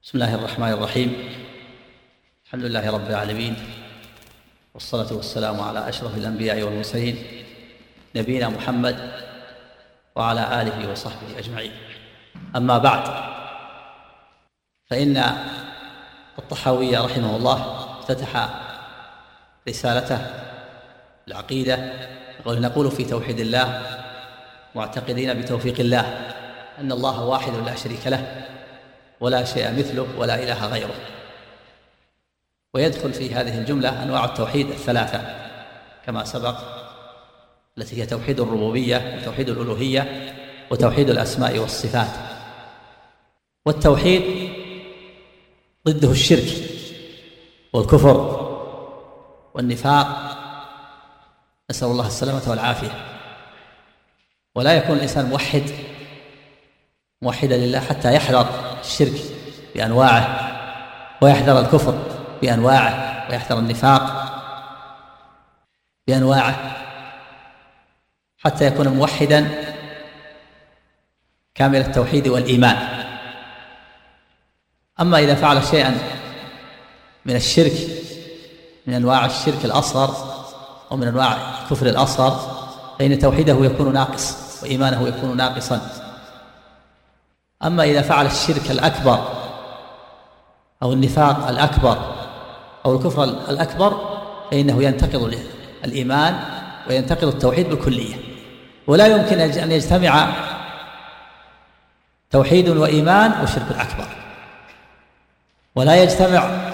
بسم الله الرحمن الرحيم. الحمد لله رب العالمين، والصلاة والسلام على أشرف الأنبياء والمرسلين نبينا محمد وعلى آله وصحبه أجمعين. أما بعد، فإن الطحاوي رحمه الله افتتح رسالته العقيدة نقول في توحيد الله معتقدين بتوفيق الله أن الله واحد لا شريك له ولا شيء مثله ولا إله غيره. ويدخل في هذه الجملة أنواع التوحيد الثلاثة كما سبق، التي هي توحيد الربوبية وتوحيد الألوهية وتوحيد الأسماء والصفات. والتوحيد ضده الشرك والكفر والنفاق، نسأل الله السلامة والعافية. ولا يكون الإنسان موحدا لله حتى يحذر الشرك بأنواعه، ويحذر الكفر بأنواعه، ويحذر النفاق بأنواعه، حتى يكون موحدا كامل التوحيد والإيمان. أما إذا فعل شيئا من الشرك، من أنواع الشرك الأصغر ومن أنواع الكفر الأصغر، فإن توحيده يكون ناقص وإيمانه يكون ناقصا. أما إذا فعل الشرك الأكبر أو النفاق الأكبر أو الكفر الأكبر، فإنه ينتقض الإيمان وينتقض التوحيد بالكلية. ولا يمكن أن يجتمع توحيد وإيمان وشرك أكبر، ولا يجتمع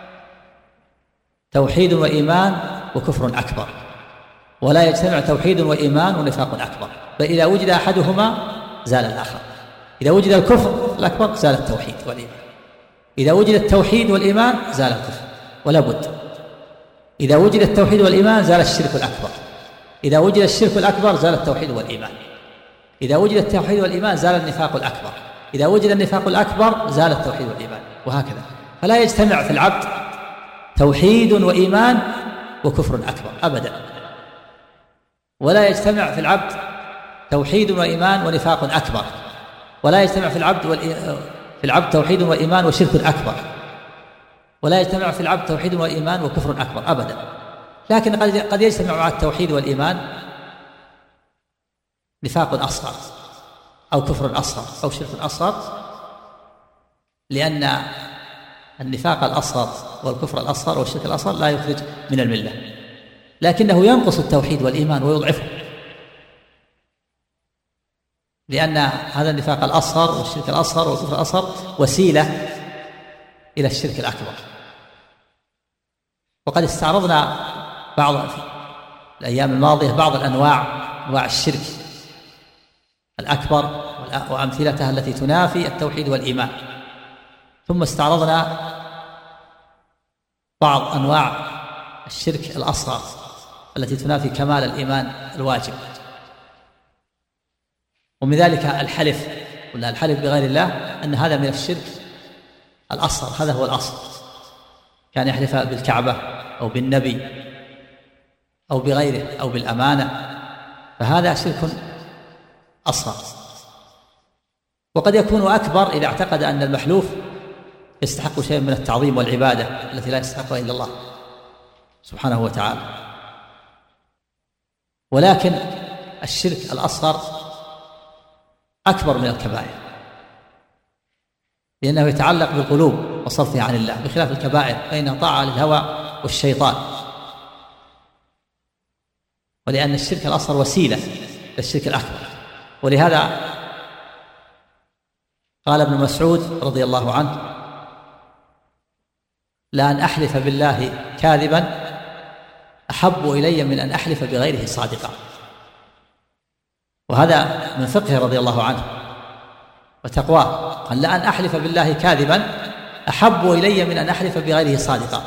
توحيد وإيمان وكفر أكبر، ولا يجتمع توحيد وإيمان ونفاق أكبر. فإذا وجد أحدهما زال الآخر. إذا وجد الكفر الأكبر زال التوحيد والإيمان، إذا وجد التوحيد والإيمان زال الكفر ولا بد. إذا وجد التوحيد والإيمان زال الشرك الأكبر، إذا وجد الشرك الأكبر زال التوحيد والإيمان، إذا وجد التوحيد والإيمان زال النفاق الأكبر، إذا وجد النفاق الأكبر زال التوحيد والإيمان، وهكذا. فلا يجتمع في العبد توحيد وإيمان وكفر أكبر أبدا، ولا يجتمع في العبد توحيد وإيمان ونفاق أكبر، ولا يجتمع في العبد توحيد وإيمان وشرك أكبر، ولا يجتمع في العبد توحيد وإيمان وكفر أكبر أبدا. لكن قد يجتمع مع التوحيد والإيمان نفاق أصغر أو كفر أصغر أو شرك أصغر، لأن النفاق الأصغر والكفر الأصغر والشرك الأصغر لا يخرج من الملة، لكنه ينقص التوحيد والإيمان ويضعفه، لأن هذا النفاق الأصغر والشرك الأصغر والكفر الأصغر وسيلة إلى الشرك الأكبر. وقد استعرضنا في الأيام الماضية بعض أنواع الشرك الأكبر وأمثلتها التي تنافي التوحيد والإيمان، ثم استعرضنا بعض أنواع الشرك الأصغر التي تنافي كمال الإيمان الواجب. ومن ذلك الحلف، قلنا الحلف بغير الله أن هذا من الشرك الأصغر، هذا هو الأصل. كان يحلف بالكعبة أو بالنبي أو بغيره أو بالأمانة، فهذا شرك أصغر. وقد يكون أكبر إذا اعتقد أن المحلوف يستحق شيء من التعظيم والعبادة التي لا يستحقها إلا الله سبحانه وتعالى. ولكن الشرك الأصغر أكبر من الكبائر، لأنه يتعلق بالقلوب وصرفها عن الله، بخلاف الكبائر فإنها طاعة للهوى والشيطان. ولأن الشرك الأصغر وسيلة للشرك الأكبر. ولهذا قال ابن مسعود رضي الله عنه: لأن أحلف بالله كاذبا أحب إلي من أن أحلف بغيره صادقا. وهذا من فقهه رضي الله عنه وتقواه، قال: لأن أحلف بالله كاذبا أحب إلي من أن أحلف بغيره صادقا.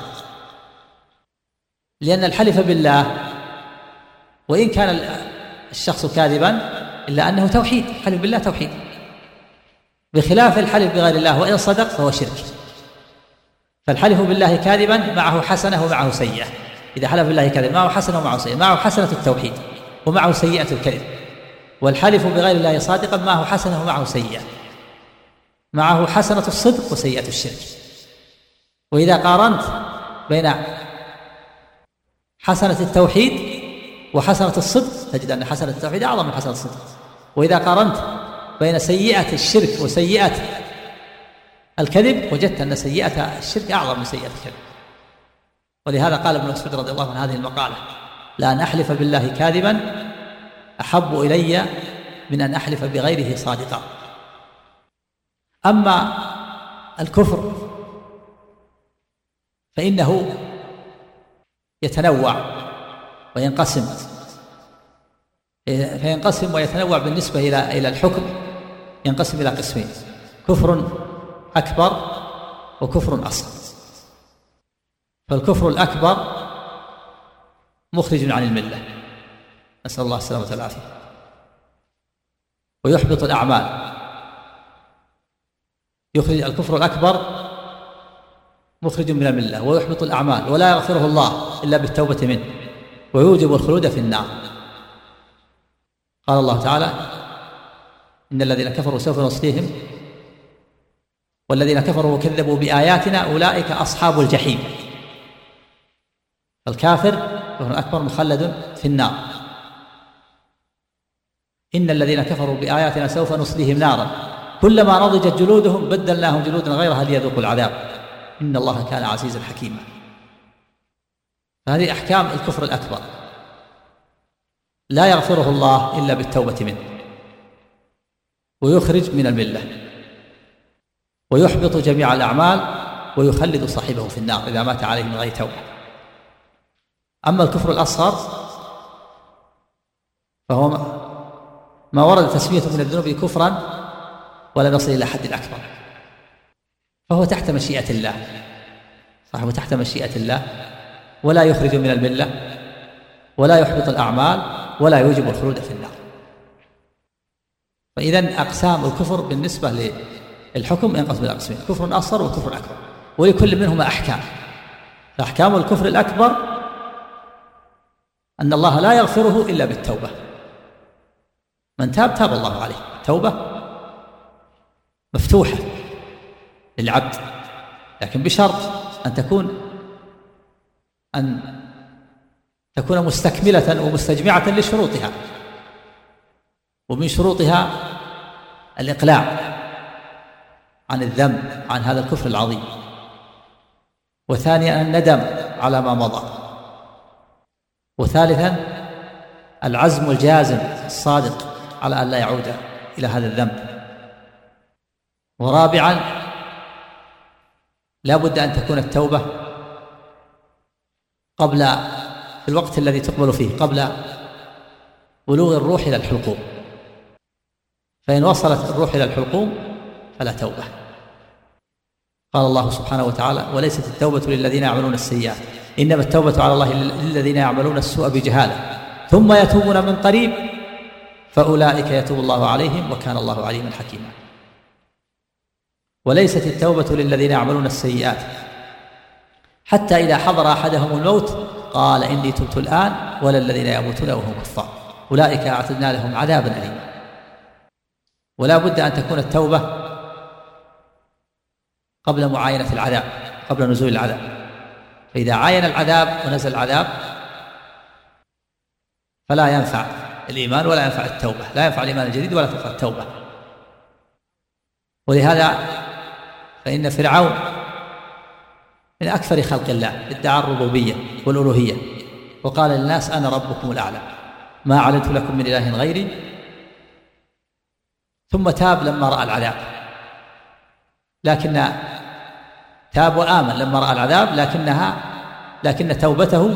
لأن الحلف بالله وإن كان الشخص كاذبا إلا أنه توحيد، الحلف بالله توحيد، بخلاف الحلف بغير الله وإن صدق فهو شرك. فالحلف بالله كاذبا معه حسنة ومعه سيئة. إذا حلف بالله كاذبا معه حسنة ومعه سيئة، معه حسنة التوحيد ومعه سيئة الكذب. والحلف بغير الله صادقا معه حسنة ومعه سيئة. معه حسنة الصدق وسيئة الشرك. وإذا قارنت بين حسنة التوحيد وحسنة الصدق تجد أن حسنة التوحيد أعظم من حسنة الصدق. وإذا قارنت بين سيئة الشرك وسيئة الكذب وجدت أن سيئة الشرك أعظم من سيئة الكذب. ولهذا قال ابن مسعود رضي الله عنه هذه المقالة: لأن أحلف بالله كاذبا أحب إلي من أن أحلف بغيره صادقا. أما الكفر فإنه يتنوع فينقسم ويتنوع بالنسبة إلى الحكم. ينقسم إلى قسمين: كفر أكبر وكفر أصغر. فالكفر الأكبر مخرج عن الملة، نسأل الله السلامة والعافية، ويحبط الأعمال. يخرج الكفر الأكبر مخرج من الملة ويحبط الأعمال، ولا يغفره الله إلا بالتوبة منه، ويوجب الخلود في النار. قال الله تعالى: إن الذين كفروا سوف نصليهم والذين كفروا وكذبوا بآياتنا أولئك أصحاب الجحيم. الكافر كفر أكبر مخلد في النار. إن الذين كفروا بآياتنا سوف نصليهم نارا كلما نضجت جلودهم بدلناهم جلودا غيرها ليذوقوا العذاب إن الله كان عزيزا حكيما. فهذه أحكام الكفر الأكبر، لا يغفره الله إلا بالتوبة منه، ويخرج من الملة، ويحبط جميع الأعمال، ويخلد صاحبه في النار إذا مات عليه من غير توبة. أما الكفر الأصغر فهو ما ورد تسميته من الذنوب كفرا ولم يصل إلى حد الأكبر، فهو تحت مشيئة الله، صاحبه تحت مشيئة الله، ولا يخرج من الملة، ولا يحبط الأعمال، ولا يوجب الخلود في النار. فإذن أقسام الكفر بالنسبة للحكم ينقسم إلى قسمين: كفر أصغر وكفر أكبر، ولكل منهما أحكام. فأحكام الكفر الأكبر أن الله لا يغفره إلا بالتوبة. من تاب تاب الله عليه. توبة مفتوحة للعبد، لكن بشرط أن تكون مستكملة ومستجمعة لشروطها. ومن شروطها الإقلاع عن الذنب، عن هذا الكفر العظيم. وثانيا الندم على ما مضى. وثالثا العزم الجازم الصادق على أن لا يعود إلى هذا الذنب. ورابعا لا بد أن تكون التوبة في الوقت الذي تقبل فيه، قبل بلوغ الروح إلى الحلقوم. فإن وصلت الروح إلى الحلقوم فلا توبة. قال الله سبحانه وتعالى: وليست التوبة للذين يعملون السيئات إنما التوبة على الله للذين يعملون السوء بجهالة ثم يتوبون من قريب فأولئك يتوب الله عليهم وكان الله عليما حكيما. وليست التوبة للذين يعملون السيئات حتى إذا حضر أحدهم الموت قال إني تبت الآن ولا الذين يموتون وهم كفار أولئك أعتدنا لهم عذابا أليما. ولا بد أن تكون التوبة قبل معاينة العذاب، قبل نزول العذاب. فإذا عاين العذاب ونزل العذاب فلا ينفع الإيمان ولا ينفع التوبة، لا ينفع الإيمان الجديد ولا تنفع التوبة. ولهذا فإن فرعون من أكثر خلق الله ادعى الربوبية والألوهية وقال للناس أنا ربكم الأعلى ما علمت لكم من إله غيري، ثم تاب لما رأى العذاب، لكن تاب وآمن لما رأى العذاب، لكن توبته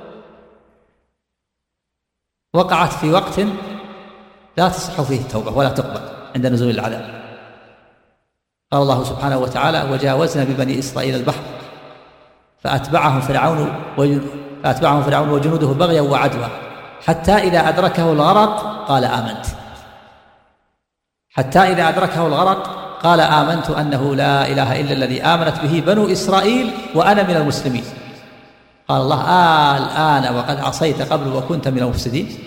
وقعت في وقت لا تصح فيه التوبة ولا تقبل عند نزول العذاب. قال الله سبحانه وتعالى: وجاوزنا ببني إسرائيل البحر فأتبعهم فرعون وجنوده بغيا وعدوى حتى إذا أدركه الغرق قال آمنت أنه لا إله إلا الذي آمنت به بنو إسرائيل وأنا من المسلمين. قال الله: الآن وقد عصيت قبل وكنت من المفسدين.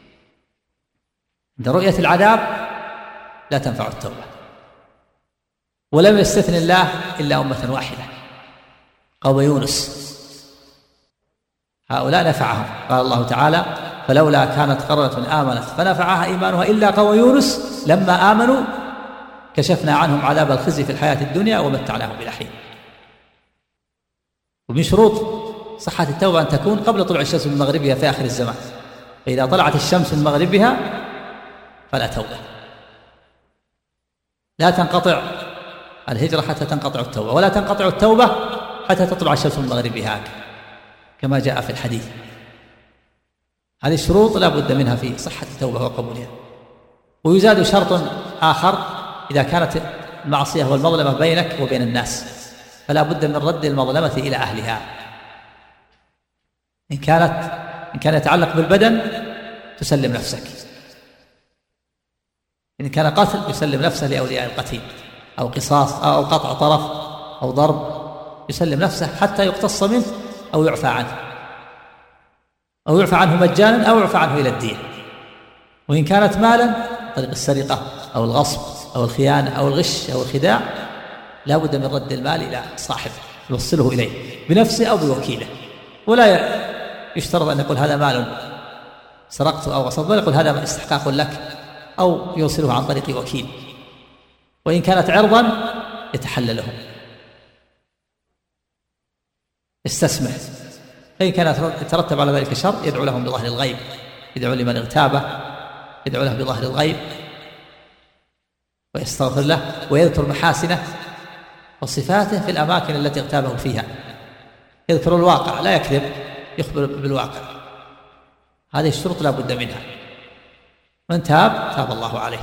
عند رؤية العذاب لا تنفع التوبة. ولم يستثن الله إلا أمة واحدة قوم يونس، هؤلاء نفعهم. قال الله تعالى: فلولا كانت قرية آمنت فنفعها إيمانها إلا قوم يونس لما آمنوا كشفنا عنهم عذاب الخزي في الحياة الدنيا ومتعناهم إلى حين. ومن شروط صحة التوبة أن تكون قبل طلوع الشمس من مغربها في آخر الزمان، فإذا طلعت الشمس من مغربها فلا توبة. لا تنقطع الهجرة حتى تنقطع التوبة، ولا تنقطع التوبة حتى تطلع الشمس من مغربها كما جاء في الحديث. هذه الشروط لا بد منها في صحة التوبة وقبولها. ويزاد شرط آخر: إذا كانت المعصية والمظلمة بينك وبين الناس فلا بد من رد المظلمة إلى أهلها. إن كان يتعلق بالبدن تسلم نفسك، إن كان قتل يسلم نفسه لأولياء القتيل، أو قصاص أو قطع طرف أو ضرب، يسلم نفسه حتى يقتص منه أو يعفى عنه، أو يعفى عنه مجانا أو يعفى عنه إلى الدين. وإن كانت مالا طريق السرقة أو الغصب أو الخيانة أو الغش أو الخداع لا بد من رد المال إلى صاحبه، يوصله إليه بنفسه أو بوكيله. ولا يشترط أن يقول هذا مال سرقته أو غصبته، بل يقول هذا استحقاق لك، أو يوصله عن طريق وكيل. وإن كانت عرضا يتحلله، يستسمح. فإن كان يترتب على ذلك شر يدعو لهم بظهر الغيب، يدعو لمن اغتابه، يدعو له بظهر الغيب ويستغفر له ويذكر محاسنه وصفاته في الأماكن التي اغتابه فيها، يذكر الواقع لا يكذب، يخبر بالواقع. هذه الشروط لا بد منها. من تاب الله عليه،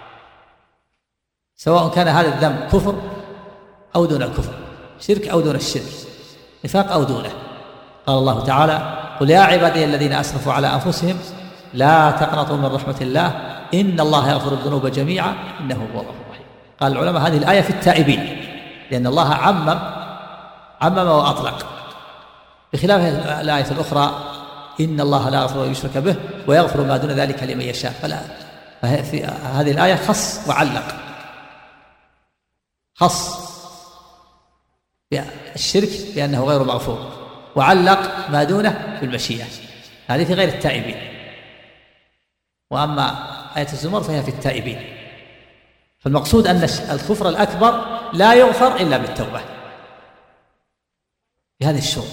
سواء كان هذا الذنب كفر أو دون الكفر، شرك أو دون الشرك، نفاق أو دونه. قال الله تعالى: قل يا عبادي الذين أسرفوا على أنفسهم لا تقنطوا من رحمة الله إن الله يغفر الذنوب جميعا إنه هو الغفور الرحيم. قال العلماء هذه الآية في التائبين، لأن الله عمم وأطلق، بخلاف الآية الأخرى: إن الله لا يغفر ويشرك به ويغفر ما دون ذلك لمن يشاء. ففي هذه الآية خص وعلق، خص بالشرك بأنه غير مغفور، وعلق ما دونه بالمشيئة. هذه في غير التائبين. وأما آية الزمر فهي في التائبين. فالمقصود أن الكفر الأكبر لا يغفر إلا بالتوبة بهذه الشروط.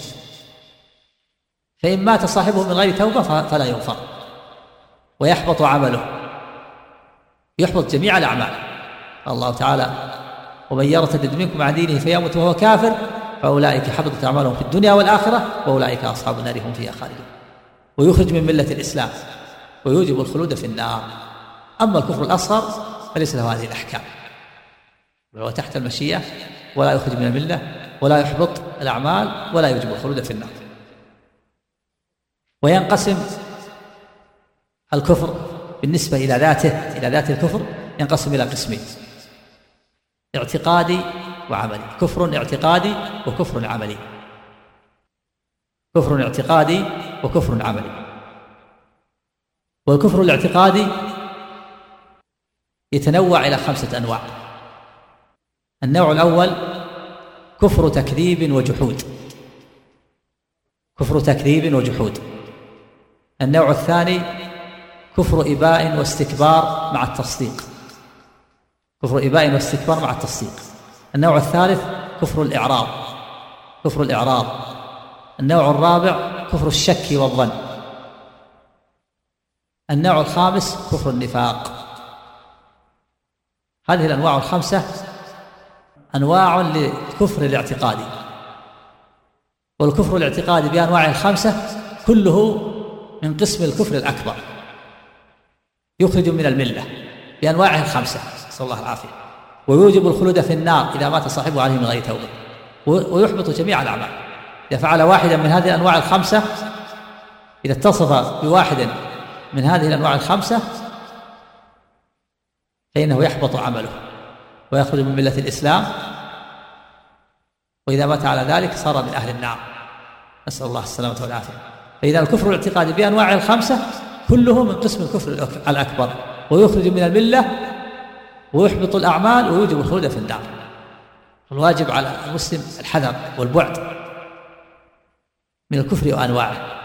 فإن مات صاحبه من غير توبة فلا يغفر ويحبط عمله، يحبط جميع الأعمال. الله تعالى: ومن يرتد منكم عن دينه فيمت وهو كافر فأولئك حبطت أعمالهم في الدنيا والآخرة وأولئك أصحاب النار هم فيها خالدون. ويخرج من ملة الإسلام ويوجب الخلود في النار. أما الكفر الأصغر فليس له هذه الأحكام، وهو تحت المشيئة، ولا يخرج من الملة ولا يحبط الأعمال ولا يوجب الخلود في النار. وينقسم الكفر بالنسبة إلى ذات الكفر ينقسم إلى قسمين: اعتقادي وعملي. كفر اعتقادي وكفر عملي. كفر اعتقادي وكفر عملي. والكفر الاعتقادي يتنوع إلى 5 أنواع. النوع الأول كفر تكذيب وجحود، كفر تكذيب وجحود. النوع الثاني كفر إباء واستكبار مع التصديق، كفر إباء واستكبار مع التصديق. النوع الثالث كفر الإعراض، كفر الإعراض. النوع الرابع كفر الشك والظن. النوع الخامس كفر النفاق. هذه الأنواع 5 أنواع للكفر الاعتقادي. والكفر الاعتقادي بأنواعه 5 كله من قسم الكفر الأكبر، يخرج من الملة بأنواعه 5، نسأل الله العافية، ويوجب الخلود في النار إذا مات صاحبه عليه من غير توبة، ويحبط جميع الأعمال. إذا فعل واحدا من هذه الأنواع 5، إذا اتصف بواحد من هذه الأنواع 5 فإنه يحبط عمله ويخرج من ملة الإسلام، وإذا مات على ذلك صار من أهل النار، نسأل الله السلامة والعافية. فإذا الكفر الاعتقادي بأنواع 5 كله من قسم الكفر الأكبر، ويخرج من الملة ويحبط الأعمال ويوجب الخلود في النار. والواجب على المسلم الحذر والبعد من الكفر وأنواعه.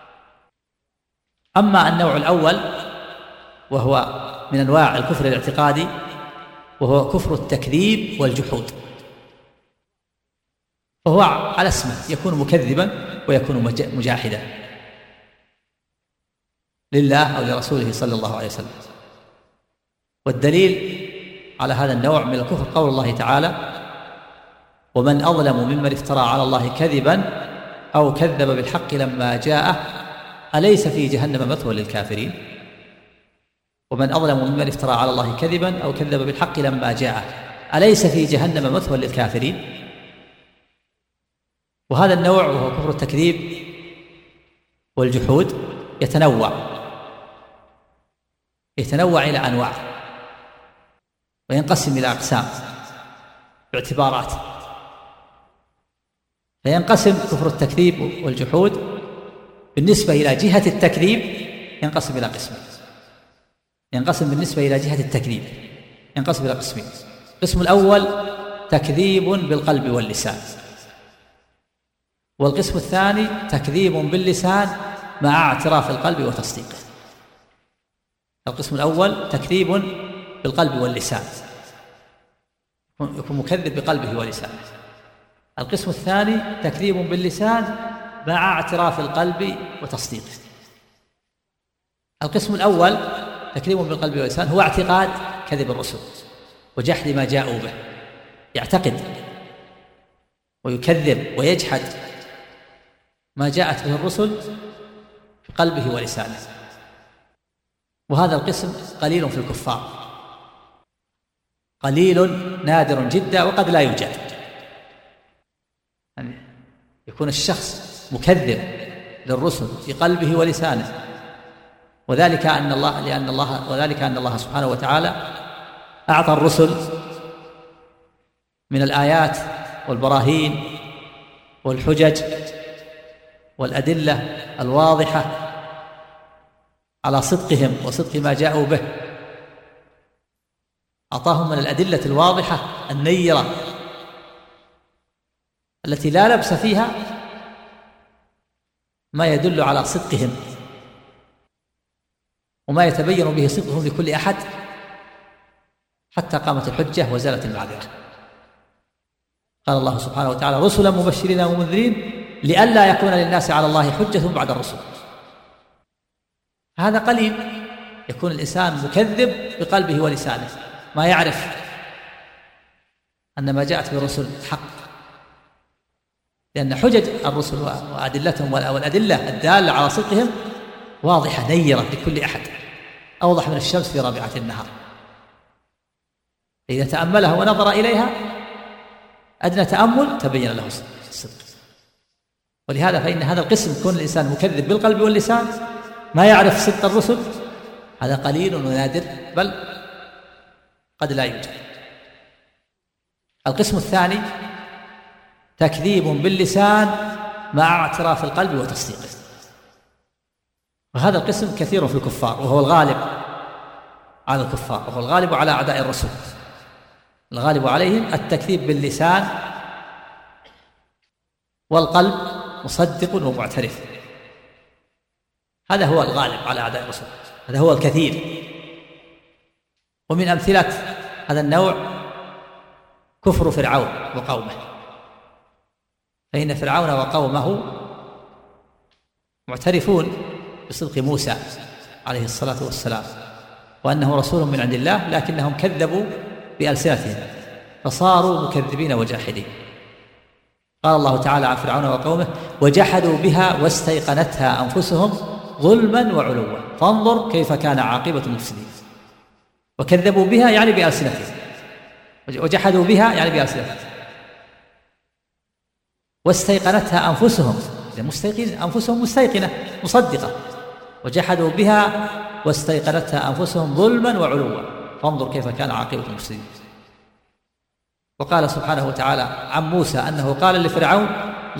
أما النوع الأول وهو من أنواع الكفر الاعتقادي وهو كفر التكذيب والجحود، فهو على اسمه، يكون مكذبا ويكون مجاحدا لله أو لرسوله صلى الله عليه وسلم. والدليل على هذا النوع من الكفر قول الله تعالى: ومن أظلم ممن افترى على الله كذبا أو كذب بالحق لما جاءه أليس في جهنم مثوى للكافرين. ومن أظلم ممن افترى على الله كذبا أو كذب بالحق لما جاءه أليس في جهنم مثوى للكافرين. وهذا النوع وهو كفر التكذيب والجحود يتنوع إلى أنواع، وينقسم إلى أقسام باعتبارات. فينقسم كفر التكذيب والجحود بالنسبة إلى جهة التكذيب ينقسم إلى قسمين. ينقسم بالنسبة إلى جهة التكذيب ينقسم إلى قسمين. القسم الأول تكذيب بالقلب واللسان، والقسم الثاني تكذيب باللسان مع اعتراف القلب وتصديقه. القسم الأول تكذيب بالقلب واللسان، يكون مكذب بقلبه ولسانه. القسم الثاني تكذيب باللسان مع اعتراف القلب وتصديقه. القسم الأول تكذيب بالقلب واللسان هو اعتقاد كذب الرسل وجحد ما جاءوا به، يعتقد ويكذب ويجحد ما جاءت به الرسل في قلبه ولسانه. وهذا القسم قليل في الكفار، قليل نادر جدا وقد لا يوجد. يعني يكون الشخص مكذب للرسل في قلبه ولسانه، وذلك أن الله سبحانه وتعالى أعطى الرسل من الآيات والبراهين والحجج والأدلة الواضحة على صدقهم وصدق ما جاءوا به. أعطاهم من الأدلة الواضحة النيرة التي لا لبس فيها ما يدل على صدقهم وما يتبين به صدقهم لكل أحد حتى قامت الحجة وزالت المعذرة. قال الله سبحانه وتعالى: رسلا مبشرين ومنذرين لئلا يكون للناس على الله حجة بعد الرسل. هذا قليل، يكون الإنسان مكذب بقلبه ولسانه، ما يعرف أن ما جاءت بالرسل حق، لأن حجج الرسل وأدلتهم والأدلة الدالة على صدقهم واضحة نيرة لكل أحد، أوضح من الشمس في رابعة النهار. إذا تأملها ونظر إليها أدنى تأمل تبين له الصدق. ولهذا فإن هذا القسم يكون الإنسان مكذب بالقلب واللسان ما يعرف صدق الرسل، هذا قليل ونادر بل قد لا يوجد. القسم الثاني تكذيب باللسان مع اعتراف القلب وتصديقه، وهذا القسم كثير في الكفار، وهو الغالب على الكفار، وهو الغالب على أعداء الرسول. الغالب عليهم التكذيب باللسان والقلب مصدق ومعترف، هذا هو الغالب على أعداء الرسول، هذا هو الكثير. ومن أمثلة هذا النوع كفر فرعون وقومه، فإن فرعون وقومه معترفون بصدق موسى عليه الصلاة والسلام وأنه رسول من عند الله، لكنهم كذبوا بألسنتهم فصاروا مكذبين وجاحدين. قال الله تعالى عن فرعون وقومه: وجحدوا بها واستيقنتها أنفسهم ظلما وعلوا فانظر كيف كان عاقبة المفسدين. وكذبوا بها يعني بألسنتهم، وجحدوا بها يعني بألسنتهم، واستيقنتها أنفسهم، أنفسهم مستيقنة مصدقة، وجحدوا بها واستيقنتها أنفسهم ظلما وعلوا فانظر كيف كان عاقبة المفسدين. وقال سبحانه وتعالى عن موسى أنه قال لفرعون: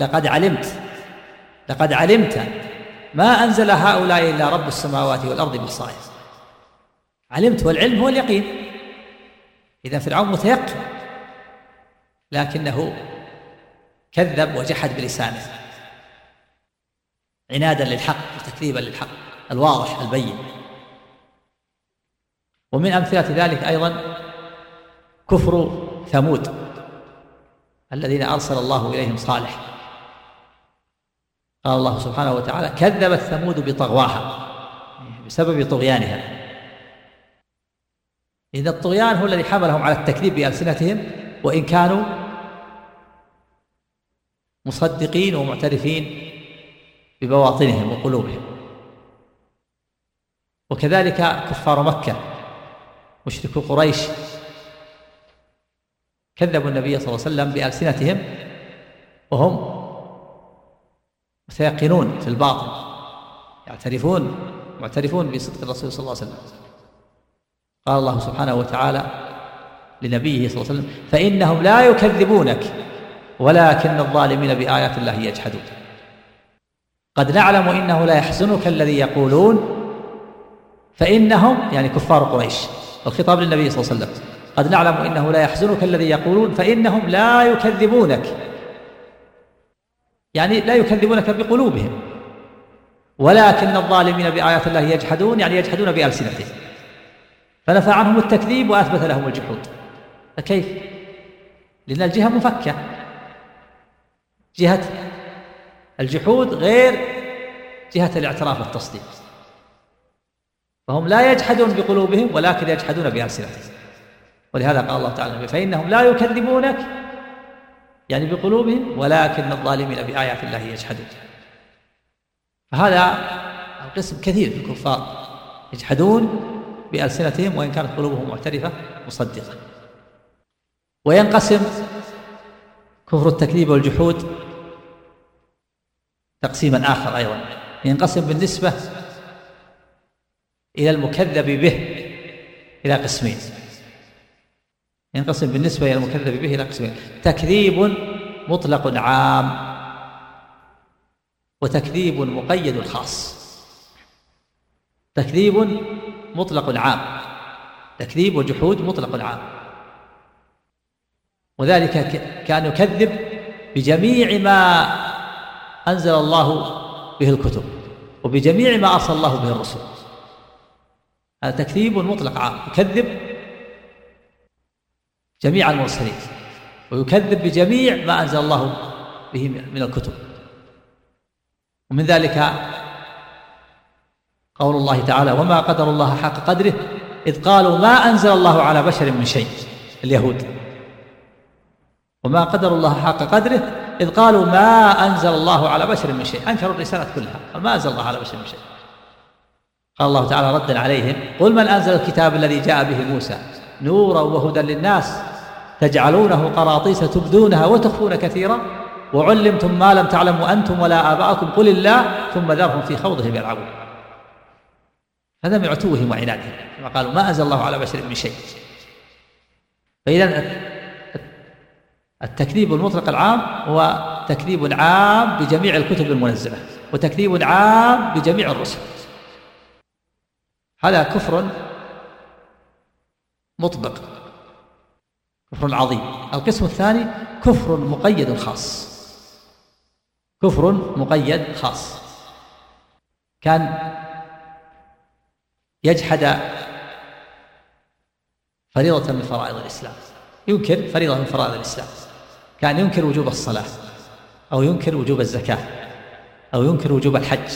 لقد علمت ما أنزل هؤلاء إلا رب السماوات والأرض بصائر. علمت، والعلم هو اليقين. إذا فرعون متيقن لكنه كذب وجحد بلسانه عنادا للحق وتكذيبا للحق الواضح البين. ومن أمثلة ذلك أيضا كفر ثمود الذين أرسل الله إليهم صالح. قال الله سبحانه وتعالى: كذبت ثمود بطغواها، بسبب طغيانها. إذا الطغيان هو الذي حملهم على التكذيب بألسنتهم، وإن كانوا مصدقين ومعترفين ببواطنهم وقلوبهم. وكذلك كفار مكة مشركو قريش كذبوا النبي صلى الله عليه وسلم بألسنتهم وهم متيقنون في الباطن، معترفون بصدق الرسول صلى الله عليه وسلم. قال الله سبحانه وتعالى لنبيه صلى الله عليه وسلم: فإنهم لا يكذبونك ولكن الظالمين بآيات الله يجحدون. قد نعلم إنه لا يحزنك الذي يقولون. فإنهم يعني كفار قريش، الخطاب للنبي صلى الله عليه وسلم: قد نعلم إنه لا يحزنك الذي يقولون فإنهم لا يكذبونك، يعني لا يكذبونك بقلوبهم، ولكن الظالمين بآيات الله يجحدون، يعني يجحدون بألسنتهم. فنفى عنهم التكذيب وأثبت لهم الجحود. فكيف؟ لأن الجهة مفكة، جهة الجحود غير جهة الاعتراف والتصديق. فهم لا يجحدون بقلوبهم ولكن يجحدون بألسنتهم. ولهذا قال الله تعالى: فإنهم لا يكذبونك يعني بقلوبهم ولكن الظالمين بآيات الله يجحدون. فهذا القسم كثير في الكفار، يجحدون بألسنتهم وإن كانت قلوبهم معترفة مصدقة. وينقسم كفر التكذيب والجحود تقسيما آخر أيضا، ينقسم بالنسبة إلى المكذب به إلى قسمين. ينقسم بالنسبة إلى المكذب به إلى قسمين: تكذيب مطلق عام، وتكذيب مقيد خاص. تكذيب مطلق عام، تكذيب وجحود مطلق عام، وذلك كان يكذب بجميع ما أنزل الله به الكتب وبجميع ما أرسل الله به الرسل. هذا تكذيب مطلق عام، يكذب جميع المرسلين ويكذب بجميع ما أنزل الله به من الكتب. ومن ذلك قول الله تعالى: وما قدر الله حق قدره إذ قالوا ما أنزل الله على بشر من شيء. اليهود: وما قدر الله حق قدره إذ قالوا ما أنزل الله على بشر من شيء، أنكروا الرسالة كلها، ما أنزل الله على بشر من شيء. قال الله تعالى ردا عليهم: قل من أنزل الكتاب الذي جاء به موسى نورا وهدى للناس تجعلونه قراطيس تبدونها وتخفون كثيرا وعلمتم ما لم تعلموا أنتم ولا آباؤكم قل الله ثم ذرهم في خوضهم يلعبون. هذا من عتوهم وعنادهم، كما قالوا ما أنزل الله على بشر من شيء. فإذا التكذيب المطلق العام هو تكذيب عام بجميع الكتب المنزلة، وتكذيب عام بجميع الرسل. هذا كفر مطبق، كفر عظيم. القسم الثاني كفر مقيد خاص، كفر مقيد خاص. كان يجحد فريضة من فرائض الإسلام، ينكر فريضة من فرائض الإسلام. كان ينكر وجوب الصلاة، أو ينكر وجوب الزكاة، أو ينكر وجوب الحج،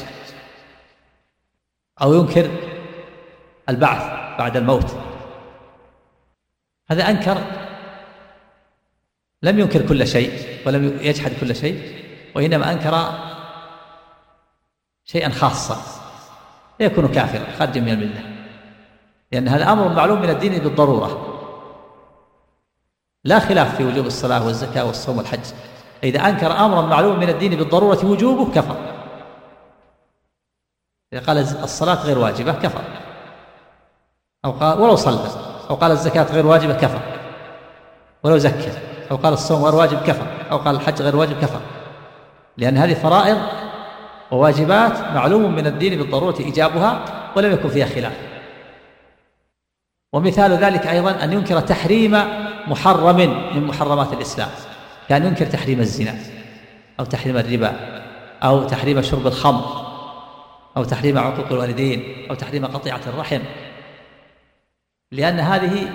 أو ينكر البعث بعد الموت. هذا أنكر، لم ينكر كل شيء ولم يجحد كل شيء، وإنما أنكر شيئا خاصا يكون كافرا خارجا من الملة، لأن هذا أمر معلوم من الدين بالضرورة، لا خلاف في وجوب الصلاة والزكاة والصوم والحج. إذا أنكر أمرا معلوم من الدين بالضرورة وجوبه كفر. إذا قال الصلاة غير واجبة كفر، أو قال ولو صلى، أو قال الزكاة غير واجبة كفر ولو زكى، أو قال الصوم غير واجب كفر، أو قال الحج غير واجب كفر، لأن هذه فرائض وواجبات معلوم من الدين بالضرورة إيجابها ولم يكن فيها خلاف. ومثال ذلك أيضا أن ينكر تحريم محرم من محرمات الإسلام، كان ينكر تحريم الزنا أو تحريم الربا أو تحريم شرب الخمر أو تحريم عقوق الوالدين أو تحريم قطيعة الرحم، لأن هذه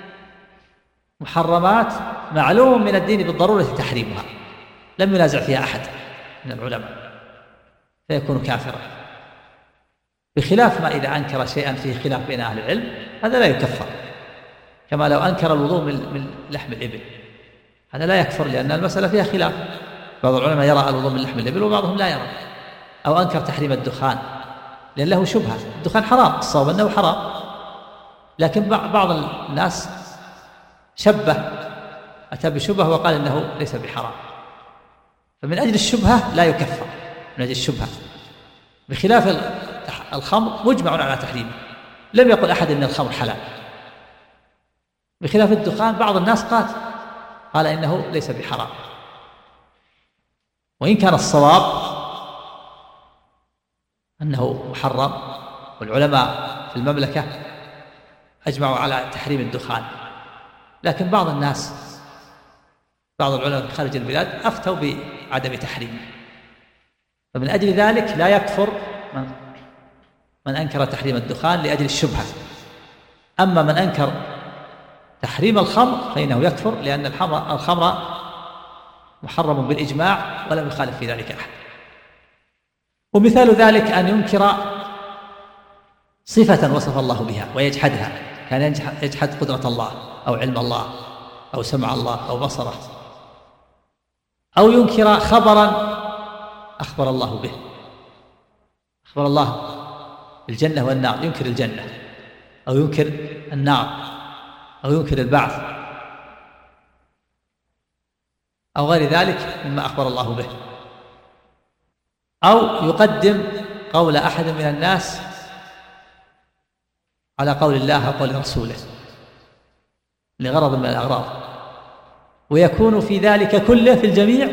محرمات معلوم من الدين بالضرورة تحريمها، لم ينازع فيها أحد من العلماء، فيكون كافرا. بخلاف ما إذا أنكر شيئا فيه خلاف بين أهل العلم، هذا لا يكفر، كما لو أنكر الوضوء من لحم الإبل، هذا لا يكفر لأن المسألة فيها خلاف، بعض العلماء يرى الوضوء من لحم الإبل وبعضهم لا يرى. أو أنكر تحريم الدخان لأن له شبهة، الدخان حرام، الصواب أنه حرام، لكن بعض الناس شبه، أتى بشبهة وقال إنه ليس بحرام، فمن أجل الشبهة لا يكفر، من أجل الشبهة. بخلاف الخمر مجمع على تحريمه، لم يقل أحد إن الخمر حلال. بخلاف الدخان بعض الناس قال إنه ليس بحرام، وإن كان الصواب أنه محرم، والعلماء في المملكة أجمعوا على تحريم الدخان، لكن بعض الناس، بعض العلماء خارج البلاد أفتوا بعدم تحريمه، فمن أجل ذلك لا يكفر من أنكر تحريم الدخان لأجل الشبهة. أما من أنكر تحريم الخمر فإنه يكفر، لأن الخمر محرم بالإجماع ولم يخالف في ذلك أحد. ومثال ذلك أن ينكر صفة وصف الله بها ويجحدها، كان يجحد قدرة الله أو علم الله أو سمع الله أو بصره، أو ينكر خبرا أخبر الله به، أخبر الله الجنة والنار، ينكر الجنة أو ينكر النار أو ينكر البعث أو غير ذلك مما أخبر الله به، أو يقدم قول أحد من الناس على قول الله أو قول رسوله لغرض من الأغراض، ويكون في ذلك كله في الجميع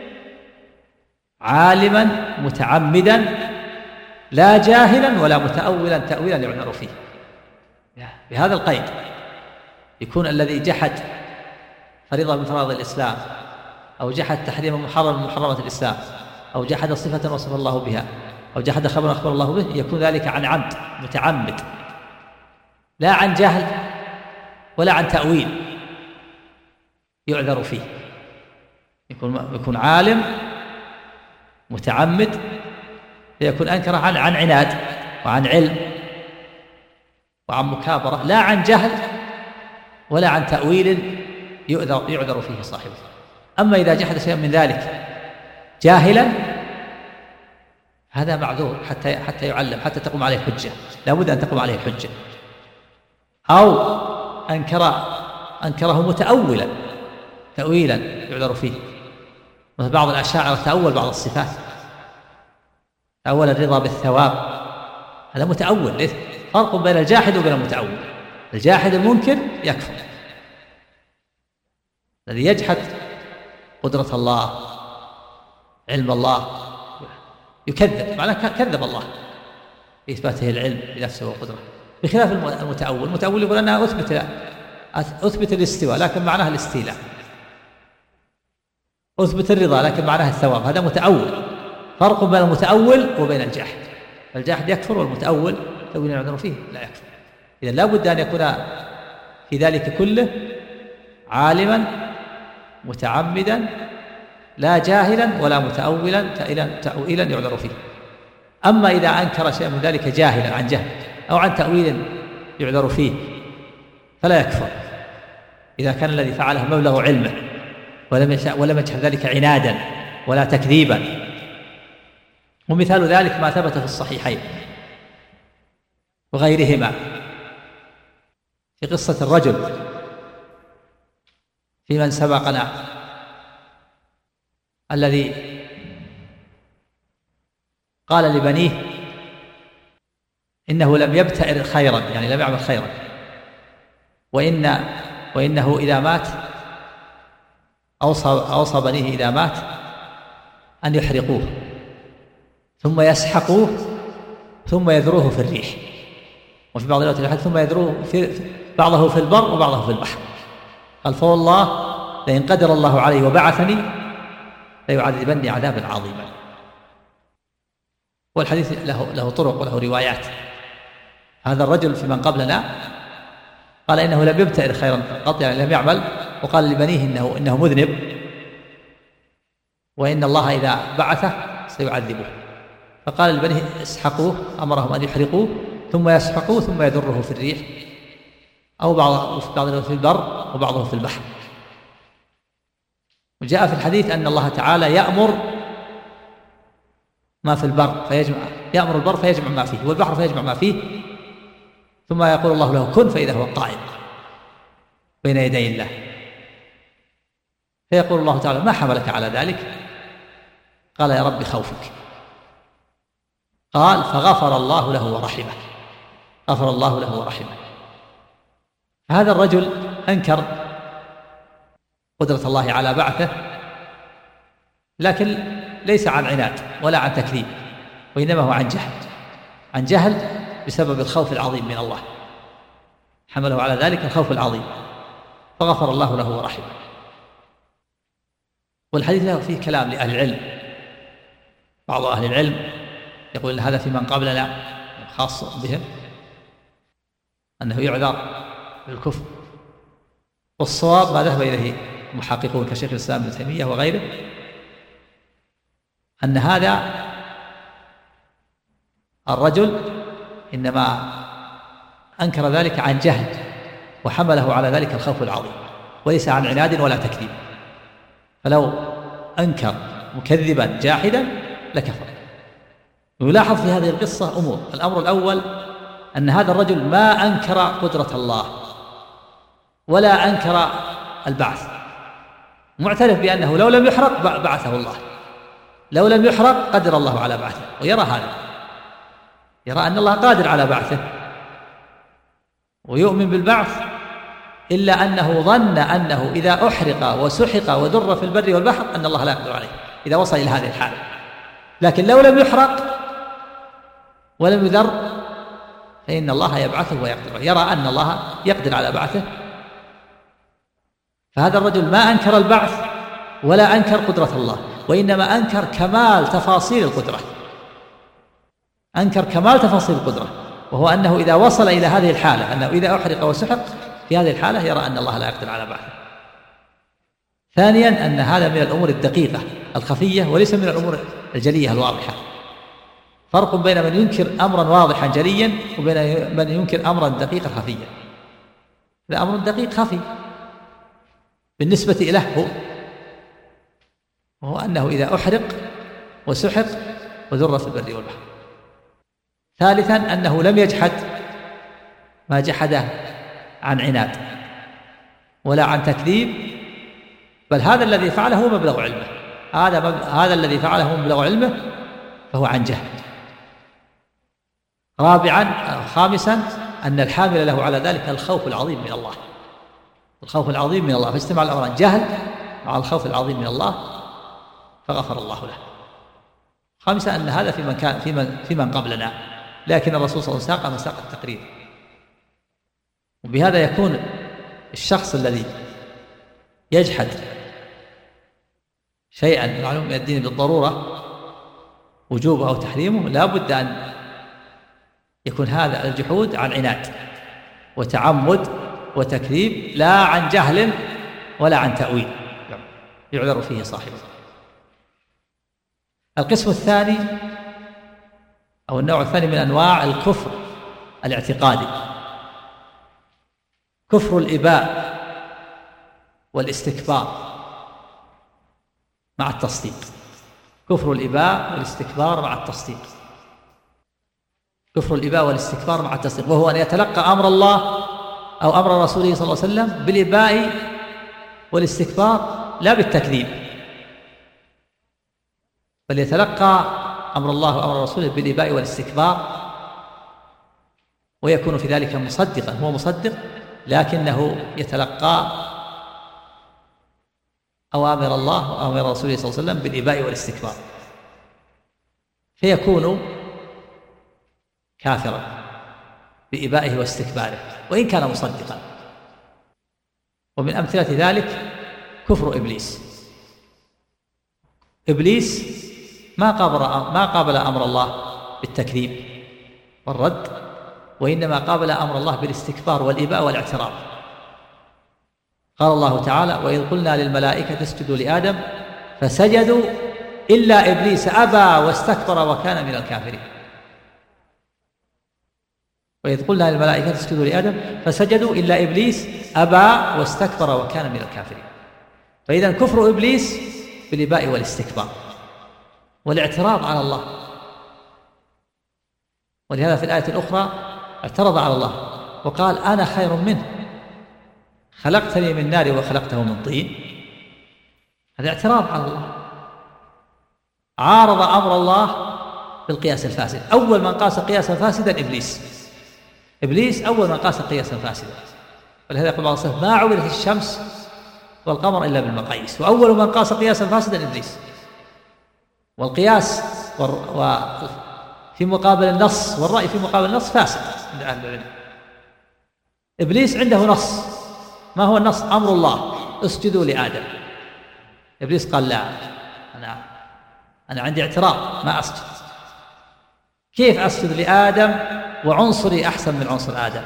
عالما متعمدا لا جاهلا ولا متأولا تأويلا يعذر فيه. بهذا القيد يكون الذي جحد فريضة من فرائض الإسلام أو جحد تحريم محرم من محرمات الإسلام أو جحد صفة وصف الله بها أو جحد خبر أخبر الله به، يكون ذلك عن عمد متعمد، لا عن جهل ولا عن تأويل يعذر فيه. يكون عالم متعمد، فيكون أنكره عن عناد وعن علم وعن مكابرة، لا عن جهل ولا عن تأويل يعذر فيه صاحبه. أما إذا جحد شيئا من ذلك جاهلا هذا معذور حتى يعلم، حتى تقوم عليه حجة، لا بد أن تقوم عليه حجة. أو أنكره متأولا تأويلا يعذر فيه، مثل بعض الأشاعرة تأول بعض الصفات، تأول الرضا بالثواب، هذا متأول. فرق بين الجاحد وبين المتأول. الجاحد المنكر يكفر، الذي يجحد قدرة الله علم الله يكذب، معناه كذب الله في إثباته العلم بنفسه وقدرته. بخلاف المتأول يقول أنا أثبت الاستواء لكن معناها الاستيلاء، أثبت الرضا لكن معناها الثواب، هذا متأول. فرق بين المتأول وبين الجاحد، الجاحد يكفر والمتأول تأويل يعذر فيه لا يكفر. إذن لا بد أن يكون في ذلك كله عالما متعمدا لا جاهلا ولا متأولا تأويلا يعذر فيه. أما إذا أنكر شيئا من ذلك جاهلا عن جهل أو عن تأويل يعذر فيه فلا يكفر، إذا كان الذي فعله مبلغ علمه ولم يجعل ذلك عنادا ولا تكذيبا. ومثال ذلك ما ثبت في الصحيحين وغيرهما في قصة الرجل في من سبقنا الذي قال لبنيه إنه لم يبتئر خيرا، يعني لم يعمل خيرا، وإنه إذا مات أوصى بنيه إذا مات أن يحرقوه ثم يسحقوه ثم يذروه في الريح، وفي بعض الروايات ثم يذروه بعضه في البر وبعضه في البحر. قال فوالله لئن قدر الله علي وبعثني ليعذبني عذابا عظيما. والحديث له طرق وله روايات. هذا الرجل في من قبلنا قال إنه لم يبتئر خيرا قط، يعني لم يعمل، وقال لبنيه إنه مذنب وإن الله إذا بعثه سيعذبه، فقال لبنيه اسحقوه، أمرهم أن يحرقوه ثم يسحقوه ثم يذره في الريح، أو بعضهم في البر وبعضهم في البحر. وجاء في الحديث أن الله تعالى يأمر ما في البر يأمر البر فيجمع ما فيه، والبحر فيجمع ما فيه، ثم يقول الله له كن فإذا هو قائم بين يدي الله، فيقول الله تعالى ما حملك على ذلك؟ قال يا رب خوفك. قال فغفر الله له ورحمه، غفر الله له ورحمه. هذا الرجل أنكر قدرة الله على بعثه، لكن ليس عن عناد ولا عن تكذيب، وإنما هو عن جهل بسبب الخوف العظيم من الله، حمله على ذلك الخوف العظيم، فغفر الله له ورحمه. والحديث له فيه كلام لأهل العلم. بعض أهل العلم يقول إن هذا في من قبلنا خاص بهم، أنه يعذر بالكفر، والصواب ما ذهب إليه محققون كشيخ الإسلام ابن تيمية وغيره، أن هذا الرجل إنما أنكر ذلك عن جهل، وحمله على ذلك الخوف العظيم، وليس عن عناد ولا تكذيب. فلو أنكر مكذبا جاحدا لكفر. ويلاحظ في هذه القصة أمور. الأمر الأول أن هذا الرجل ما أنكر قدرة الله ولا أنكر البعث، معترف بأنه لو لم يحرق بعثه الله، لو لم يحرق قدر الله على بعثه، ويرى هذا، يرى أن الله قادر على بعثه ويؤمن بالبعث، إلا أنه ظن أنه إذا أحرق وسحق ودر في البر والبحر أن الله لا يقدر عليه إذا وصل إلى هذه الحالة. لكن لو لم يحرق ولم يذر فإن الله يبعثه ويقدر، يرى أن الله يقدر على بعثه. فهذا الرجل ما أنكر البعث ولا أنكر قدرة الله، وإنما أنكر كمال تفاصيل القدرة، أنكر كمال تفاصيل القدرة، وهو أنه إذا وصل إلى هذه الحالة، أنه إذا أحرق وسحق في هذه الحالة يرى أن الله لا يقدر على بعثه. ثانيا أن هذا من الأمور الدقيقة الخفية وليس من الأمور الجلية الواضحة. فرق بين من ينكر أمرا واضحا جليا وبين من ينكر أمرا دقيقا خفيا. هذا أمر دقيق خفي بالنسبة إليه هو، وهو أنه إذا أحرق وسحق وذر في البر والبحر. ثالثا أنه لم يجحد ما جحده عن عناد ولا عن تكذيب، بل هذا الذي فعله هو مبلغ علمه، هذا الذي فعله مبلغ علمه، فهو عن جهل. خامسا أن الحامل له على ذلك الخوف العظيم من الله، الخوف العظيم من الله، فاجتمع الأمران جهل مع الخوف العظيم من الله فغفر الله له. خامسا أن هذا في من قبلنا، لكن الرسول صلى الله عليه وسلم مساق التقرير. وبهذا يكون الشخص الذي يجحد شيئا معلوم من الدين بالضرورة وجوبه أو تحريمه، لا بد أن يكون هذا الجحود عن عناد وتعمد وتكذيب، لا عن جهل ولا عن تأويل يعذر فيه صاحبه. القسم الثاني أو النوع الثاني من أنواع الكفر الاعتقادي، كفر الإباء والاستكبار مع التصديق. كفر الإباء والاستكبار مع التصديق، كفر الإباء والاستكبار مع التصديق، وهو أن يتلقى أمر الله أو أمر رسوله صلى الله عليه وسلم بالإباء والاستكبار لا بالتكذيب، بل يتلقى أمر الله وأمر رسوله بالإباء والاستكبار، ويكون في ذلك مصدقا، هو مصدق لكنه يتلقى أوامر الله وأوامر رسوله صلى الله عليه وسلم بالإباء والاستكبار، فيكون كافرا بإبائه واستكباره وإن كان مصدقا. ومن أمثلة ذلك كفر إبليس. إبليس ما قابل أمر الله بالتكذيب والرد، وإنما قابل أمر الله بالاستكبار والإباء والاعتراض. قال الله تعالى: وإذ قلنا للملائكة اسجدوا لآدم فسجدوا إلا إبليس أبى واستكبر وكان من الكافرين. وإذ قلنا للملائكة اسجدوا لآدم فسجدوا إلا إبليس أبى واستكبر وكان من الكافرين. فإذا كفر إبليس بالإباء والاستكبار والاعتراض على الله. ولهذا في الآية الأخرى اعترض على الله وقال: أنا خير منه خلقتني من نار وخلقته من طين. هذا اعتراض على الله، عارض أمر الله بالقياس الفاسد. أول من قاس قياسا فاسدا إبليس أول من قاس قياسا فاسدا. ولهذا يقول الله سبحانه: ما عبدت الشمس والقمر إلا بالمقاييس. وأول من قاس قياسا فاسدا إبليس. والقياس في مقابل النص والرأي في مقابل النص فاسد عند أهل العلم. إبليس عنده نص. ما هو النص؟ أمر الله: اسجدوا لآدم. إبليس قال: لا، أنا عندي اعتراض، ما أسجد. كيف أسجد لآدم وعنصري أحسن من عنصر آدم؟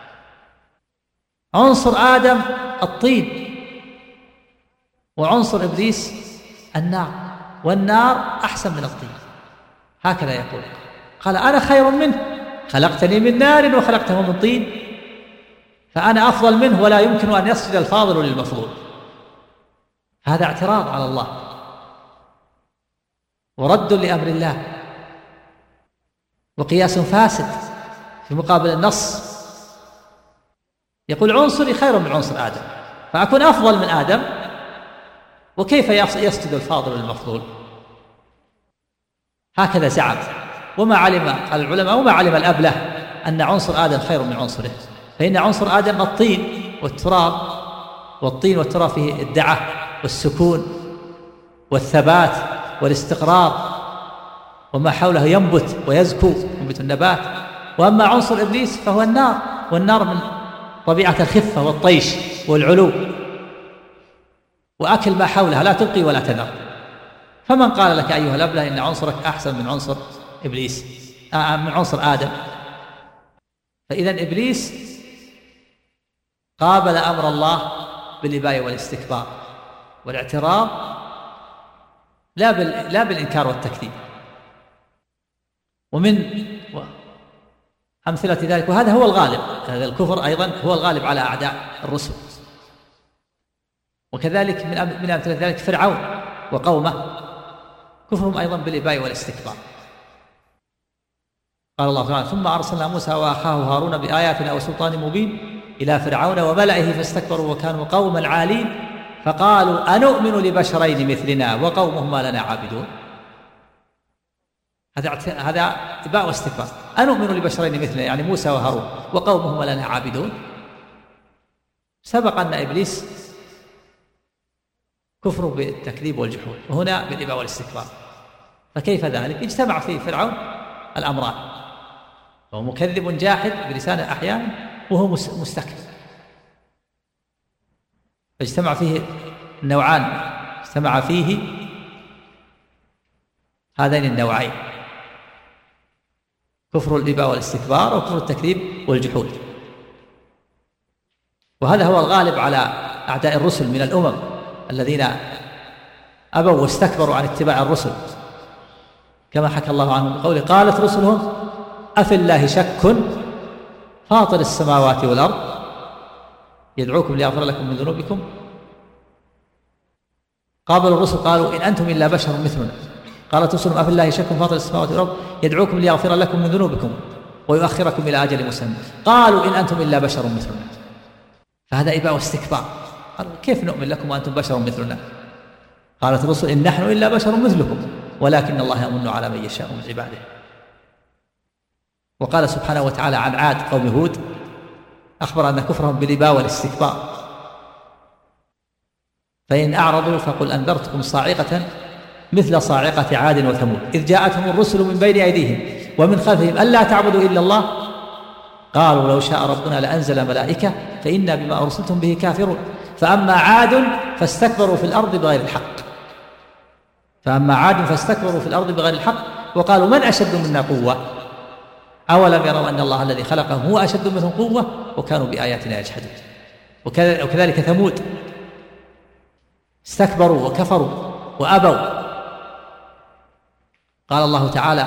عنصر آدم الطين، وعنصر إبليس النار، والنار أحسن من الطين. هكذا يقول. قال: أنا خير منه خلقتني من نار وخلقته من طين، فأنا أفضل منه ولا يمكن أن يسجد الفاضل للمفضول. هذا اعتراض على الله ورد لأمر الله وقياس فاسد في مقابل النص. يقول: عنصري خير من عنصر آدم، فأكون أفضل من آدم، وكيف يسجد الفاضل للمفضول؟ هكذا زعم. وما علم العلماء وما علم الأبله أن عنصر آدم خير من عنصره. فإن عنصر آدم الطين والتراب، والطين والتراب فيه الدعة والسكون والثبات والاستقرار، وما حوله ينبت ويزكو، ينبت النبات. وأما عنصر إبليس فهو النار، والنار من طبيعة الخفة والطيش والعلو، وأكل ما حولها، لا تبقي ولا تذر. فمن قال لك أيها الأبله إن عنصرك أحسن من عنصر إبليس، من عنصر آدم؟ فإذا إبليس قابل أمر الله بالإباء والاستكبار والاعتراض، لا بالإنكار والتكذيب. ومن أمثلة ذلك، وهذا هو الغالب، هذا الكفر أيضا هو الغالب على أعداء الرسل. وكذلك من أمثلة ذلك فرعون وقومه، كفرهم أيضا بالإباء والاستكبار. قال الله تعالى: ثم أرسلنا موسى وأخاه هارون بآياتنا وسلطان مبين إلى فرعون وملئه فاستكبروا وكانوا قوما عالين فقالوا أنؤمن لبشرين مثلنا وقومهما لنا عابدون. هذا إباء واستكبار. أنؤمن لبشرين مثلنا يعني موسى وهارون وقومهما لنا عابدون. سبق أن إبليس كفر بالتكذيب والجحود، وهنا بالإباء والاستكبار. فكيف ذلك؟ اجتمع فيه فرعون الأمران، وهو مكذب جاحد بلسانه أحيانا، وهو مستكبر. فاجتمع فيه النوعان، اجتمع فيه هذين النوعين: كفر الإباء والاستكبار وكفر التكذيب والجحود. وهذا هو الغالب على أعداء الرسل من الأمم الذين أبوا واستكبروا عن اتباع الرسل، كما حكى الله عنهم بقوله: قالت رسلهم أفي الله شك فاطر السماوات والأرض يدعوكم ليغفر لكم من ذنوبكم. قابلوا الرسل قالوا إن أنتم إلا بشر مثلنا. قالت رسلهم أفي الله شك فاطر السماوات والأرض يدعوكم ليغفر لكم من ذنوبكم ويؤخركم إلى أجل مسمى قالوا إن أنتم إلا بشر مثلنا. فهذا إباء واستكبار. قالوا كيف نؤمن لكم وأنتم بشر مثلنا؟ قالت الرسل إن نحن إلا بشر مثلكم ولكن الله يمن على من يشاء من عباده. وقال سبحانه وتعالى عن عاد قوم هود، أخبر أن كفرهم بالإباء والاستكبار: فإن أعرضوا فقل أنذرتكم صاعقة مثل صاعقة عاد وثمود إذ جاءتهم الرسل من بين أيديهم ومن خلفهم ألا تعبدوا إلا الله قالوا لو شاء ربنا لأنزل ملائكة فإنا بما أرسلتم به كافرون فأما عاد فاستكبروا في الأرض بغير الحق وقالوا من أشد منا قوة أولم يروا أن الله الذي خلقهم هو أشد منهم قوة وكانوا بآياتنا يجحدون. وكذلك ثمود استكبروا وكفروا وأبوا. قال الله تعالى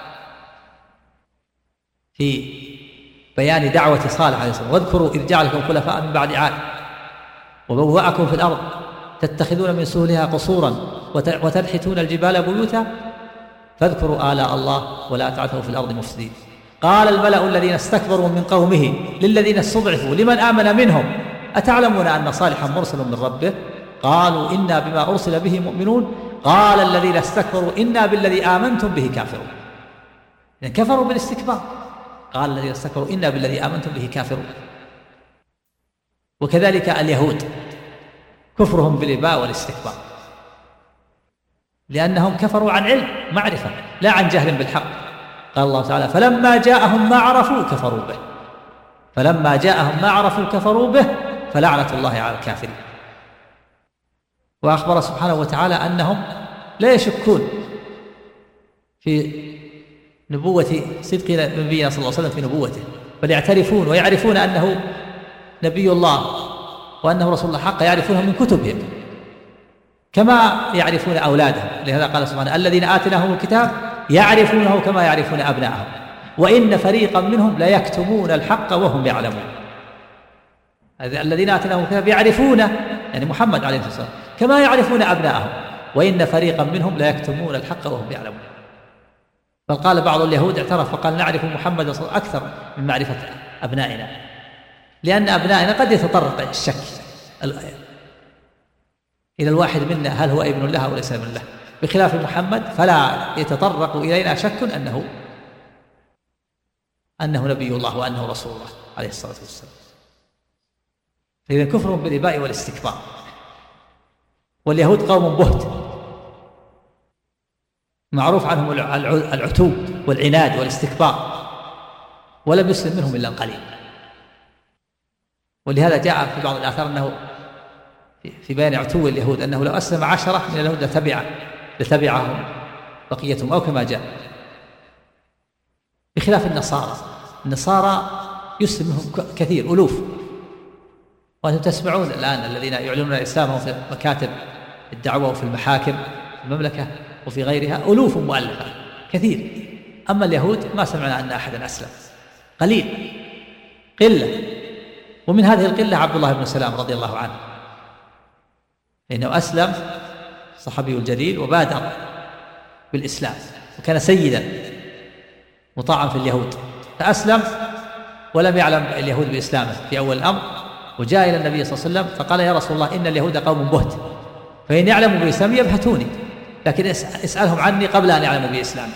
في بيان دعوة صالح عليه السلام: واذكروا إذ جعلكم خلفاء من بعد عاد وبوأكم في الأرض تتخذون من سهولها قصورا وتنحتون الجبال بيوتا فاذكروا آلاء الله ولا تعثوا في الأرض مفسدين. قال الملأ الذين استكبروا من قومه للذين استضعفوا لمن آمن منهم أتعلمون أن صالحا مرسل من ربه؟ قالوا إنا بما أرسل به مؤمنون. قال الذين استكبروا إنا بالذي آمنتم به كافرون. يعني كفروا بالاستكبار. قال الذين استكبروا إنا بالذي آمنتم به كافرون. وكذلك اليهود كفرهم بالإباء والاستكبار، لأنهم كفروا عن علم معرفة لا عن جهل بالحق. قال الله تعالى: فلما جاءهم ما عرفوا كفروا به فلعنة الله على الكافرين. وأخبر سبحانه وتعالى أنهم لا يشكون في نبوة صدق نبينا صلى الله عليه وسلم في نبوته، بل يعترفون ويعرفون أنه نبي الله وأنه رسول الله حق، يعرفونه من كتبهم كما يعرفون أولادهم. لهذا قال سبحانه: الذين آتيناهم الكتاب يعرفونه كما يعرفون أبناءهم وإن فريقا منهم لا يكتمون الحق وهم يعلمون. الذين آتيناهم الكتاب يعرفونه يعني محمد عليه الصلاة والسلام كما يعرفون أبناءهم وإن فريقا منهم لا يكتمون الحق وهم يعلمون. بل قال بعض اليهود اعترف وقال: نعرف محمد أكثر من معرفة أبنائنا، لأن أبنائنا قد يتطرق الشك إلى الواحد منا هل هو ابن الله أو ليس ابن الله، بخلاف محمد فلا يتطرق إلينا شك أنه نبي الله وأنه رسول الله عليه الصلاة والسلام. فإذا كفر بالإباء والاستكبار. واليهود قوم بهت معروف عنهم العتو والعناد والاستكبار، ولم يسلم منهم إلا القليل. ولهذا جاء في بعض الآثار أنه في بيان عتو اليهود أنه لو أسلم 10 من اليهود لتبعهم بقيتهم، أو كما جاء. بخلاف النصارى يسلم منهم كثير ألوف. وأنتم تسمعون الآن الذين يعلنون الإسلام في مكاتب الدعوة وفي المحاكم في المملكة وفي غيرها ألوف مؤلفة كثير. أما اليهود ما سمعنا أن أحدا أسلم، قلة. ومن هذه القلة عبد الله بن سلام رضي الله عنه، لأنه أسلم صحابي الجليل وبادر بالإسلام وكان سيدا مطاعا في اليهود، فأسلم ولم يعلم اليهود بإسلامه في أول الأمر، وجاء إلى النبي صلى الله عليه وسلم فقال: يا رسول الله إن اليهود قوم بهت، فإن يعلموا بإسلامي يبهتوني، لكن اسألهم عني قبل أن يعلموا بإسلامي.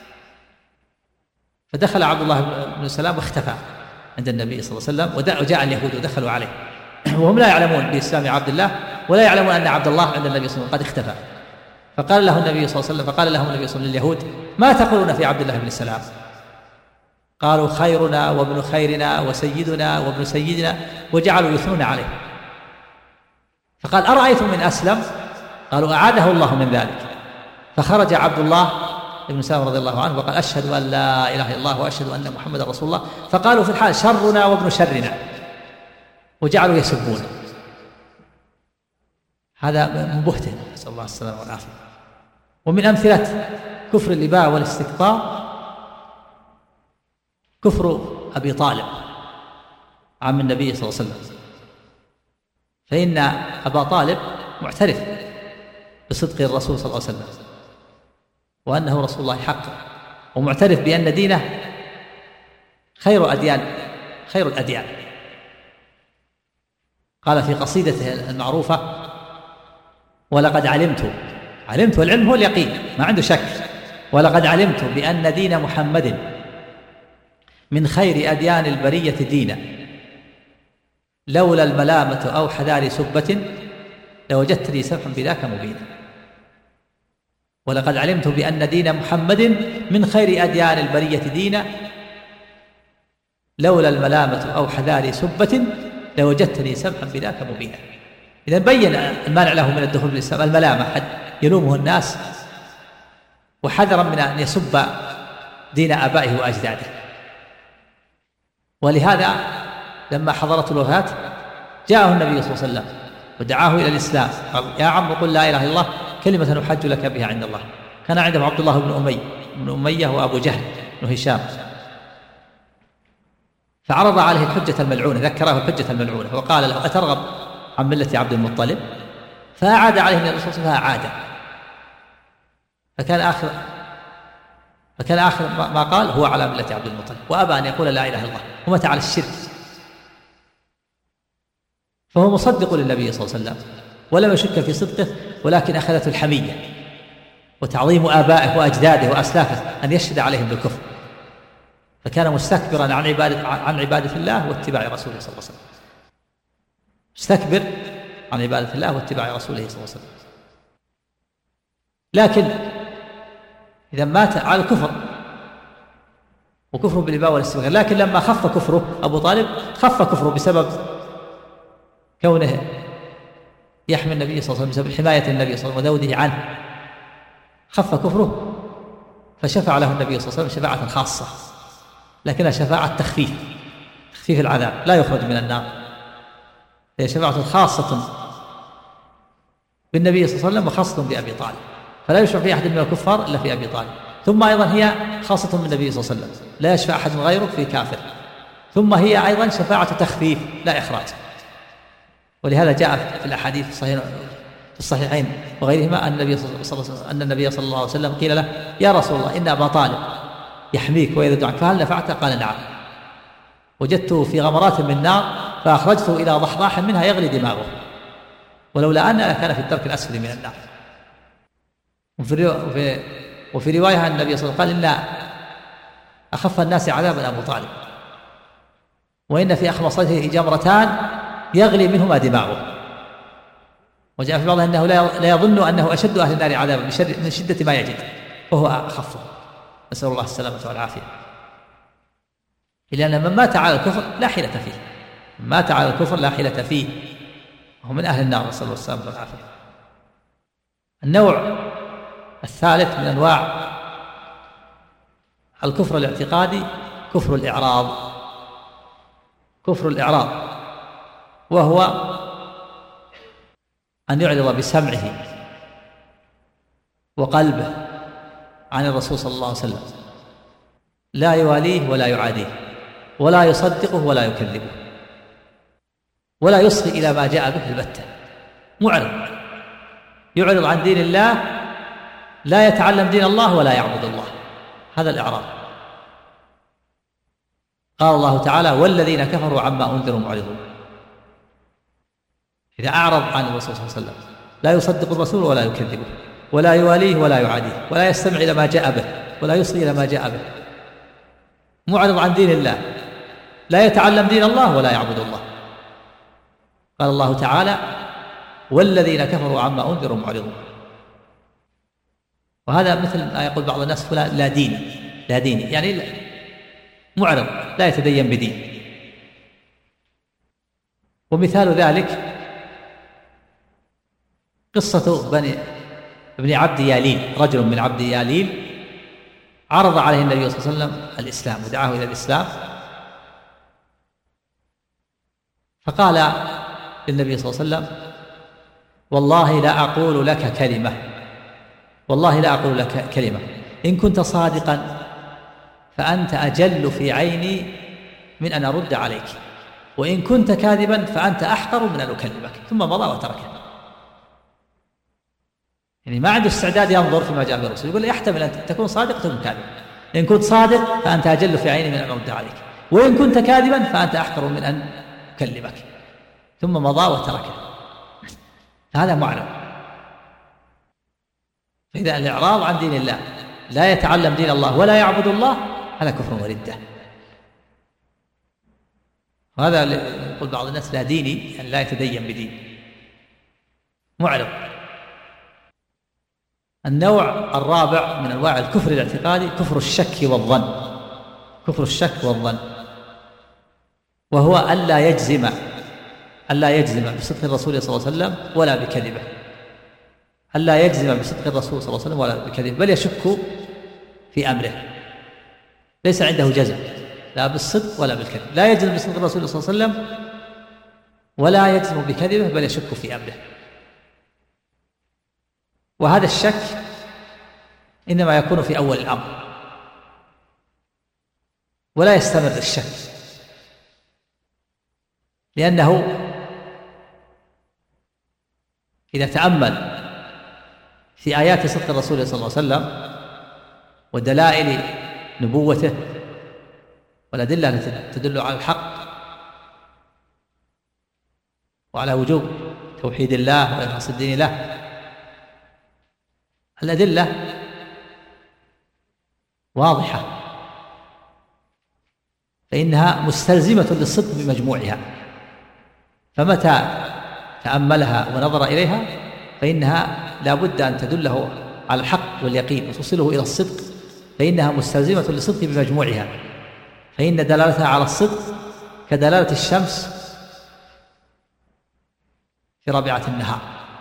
فدخل عبد الله بن سلام واختفى عند النبي صلى الله عليه وسلم، وجاء اليهود ودخلوا عليه وهم لا يعلمون بإسلام عبد الله ولا يعلمون أن عبد الله عند النبي صلى الله عليه وسلم قد اختفى. فقال لهم النبي صلى الله عليه وسلم اليهود: ما تقولون في عبد الله بن سلام؟ قالوا: خيرنا وابن خيرنا وسيدنا وابن سيدنا، وجعلوا يثنون عليه. فقال: أرأيتم من أسلم؟ قالوا: أعاده الله من ذلك. فخرج عبد الله بن سلام رضي الله عنه وقال: أشهد أن لا إله إلا الله وأشهد أن محمد رسول الله. فقالوا في الحال: شرنا وابن شرنا، وجعلوا يسبون. هذا من بهته، نسأل الله السلامة والعافية. ومن أمثلة كفر الإباء والاستكبار كفر أبي طالب عم النبي صلى الله عليه وسلم، فإن أبا طالب معترف بصدق الرسول صلى الله عليه وسلم وأنه رسول الله حقا، ومعترف بأن دينه خير الأديان. قال في قصيدته المعروفة: ولقد علمت والعلم هو اليقين، ما عنده شك، ولقد علمت بأن دين محمد من خير أديان البرية دينا، لولا الملامة أو حذار سبة لوجدتني سمحا بذاك مبينا. ولقد علمت بأن دين محمد من خير أديان البرية دينا، لولا الملامة أو حذار سبة لوجدتني سمحا بذاك مبينا. إذا بين المانع له من الدخول في الإسلام الملامة، يلومه الناس، وحذرا من أن يسب دين آبائه وأجداده. ولهذا لما حضرت الوفاة جاءه النبي صلى الله عليه وسلم ودعاه إلى الإسلام، قال يا عم قل لا إله إلا الله كلمة نحج لك بها عند الله. كان عنده عبد الله بن أمية وأبو جهل بن هشام، فعرض عليه الحجة الملعونة، ذكره الحجة الملعونة وقال له أترغب عن ملة عبد المطلب؟ فأعاد عليه النبي صلى الله عليه وسلم فأعاد، فكان آخر ما قال هو على ملة عبد المطلب، وأبى أن يقول لا إله إلا الله ومات على الشرك. فهو مصدق للنبي صلى الله عليه وسلم ولم يشك في صدقه، ولكن أخذته الحمية وتعظيم آبائه وأجداده وأسلافه أن يشهد عليهم بالكفر، فكان مستكبرا عن عبادة الله واتباع رسوله صلى الله عليه وسلم، مستكبر عن عبادة الله واتباع رسوله صلى الله عليه وسلم. لكن إذا مات على الكفر وكفره بالإباء والاستغفار، لكن لما خف كفره أبو طالب خف كفره بسبب كونه يحمي النبي صلى الله عليه وسلم، بسبب حماية النبي صلى الله عليه وسلم وذوده عنه، خف كفره فشفع له النبي صلى الله عليه وسلم شفاعة خاصة، لكنها شفاعة تخفيف العذاب، لا يخرج من النار، هي شفاعة خاصة بالنبي صلى الله عليه وسلم وخاصة بأبي طالب، فلا يشفع في أحد من الكفار إلا في أبي طالب. ثم أيضا هي خاصة بالنبي صلى الله عليه وسلم، لا يشفع أحد غيره في كافر. ثم هي أيضا شفاعة تخفيف لا إخراج. ولهذا جاء في الأحاديث في الصحيحين وغيرهما أن النبي صلى الله عليه وسلم قيل له يا رسول الله إن أبا طالب يحميك ويذود عنك فهل نفعت؟ قال نعم، وجدته في غمرات من نار فأخرجته إلى ضحضاح منها يغلي دماغه، ولولا أن كان في الدرك الأسفل من النار. وفي رواية عن النبي صلى الله عليه وسلم قال إن أخف الناس عذابا أبو طالب، وإن في أخمصته جمرتان يغلي منهما دماغه. وجاء في بعضها أنه لا يظن أنه أشد أهل النار عذابا من شدة ما يجد، وهو أخفه، نسأل الله السلامة والعافية. إلا أن من مات على الكفر لا حيلة فيه، من مات على الكفر لا حيلة فيه، وهو من أهل النار، نسأل الله السلامة والعافية. النوع الثالث من أنواع الكفر الاعتقادي كفر الإعراض، وهو أن يعرض بسمعه وقلبه عن الرسول صلى الله عليه وسلم، لا يواليه ولا يعاديه ولا يصدقه ولا يكذبه ولا يصغي إلى ما جاء به البتة، يعرض عن دين الله، لا يتعلم دين الله ولا يعبد الله، هذا الإعراض. قال الله تعالى والذين كفروا عما أنذروا معرضون. إذا أعرض عن الرسول صلى الله عليه وسلم لا يصدق الرسول ولا يكذبه ولا يواليه ولا يعاديه ولا يستمع إلى ما جاء به ولا يصغي إلى ما جاء به، معرض عن دين الله، لا يتعلم دين الله ولا يعبد الله. قال الله تعالى والذين كفروا عما أنذروا معرضون. وهذا مثل ما يقول بعض الناس فلان لا ديني، يعني معرض لا يتدين بدين. ومثال ذلك قصة ابن عبد ياليل، رجل من عبد ياليل عرض عليه النبي صلى الله عليه وسلم الإسلام ودعاه إلى الإسلام، فقال للنبي صلى الله عليه وسلم والله لا أقول لك كلمة إن كنت صادقا فأنت أجل في عيني من أن أرد عليك، وإن كنت كاذبا فأنت أحقر من أن أكلمك. ثم مضى وتركه، يعني ما عنده استعداد ينظر فيما جاء به الرسول، يقول يحتمل أن تكون صادق وتكون كاذب، إن كنت صادق فأنت أجل في عيني من أن أرد عليك، وإن كنت كاذبا فأنت أحقر من أن أكلمك. ثم مضى وتركه، هذا معرض. فإذا الإعراض عن دين الله، لا يتعلم دين الله ولا يعبد الله، هذا كفر وردة. وهذا يقول بعض الناس لا ديني، يعني لا يتدين بدين، معرض. النوع الرابع من أنواع الكفر الاعتقادي كفر الشك والظن، وهو ألا يجزم ألا يجزم بصدق الرسول صلى الله عليه وسلم ولا بكذبه، ألا يجزم بصدق الرسول صلى الله عليه وسلم ولا بكذبه، بل يشك في أمره، ليس عنده جزم لا بالصدق ولا بالكذب، لا يجزم بصدق الرسول صلى الله عليه وسلم ولا يجزم بكذبه، بل يشك في أمره. وهذا الشك إنما يكون في أول الأمر، ولا يستمر الشك، لأنه إذا تأمل في آيات صدق الرسول صلى الله عليه وسلم ودلائل نبوته والأدلة التي تدل على الحق وعلى وجوب توحيد الله وإخلاص الدين له، الأدلة واضحة، فإنها مستلزمة للصدق بمجموعها، فمتى تأملها ونظر إليها فإنها لا بد أن تدله على الحق واليقين وتصله إلى الصدق، فإنها مستلزمة للصدق بمجموعها، فإن دلالتها على الصدق كدلالة الشمس في رابعة النهار.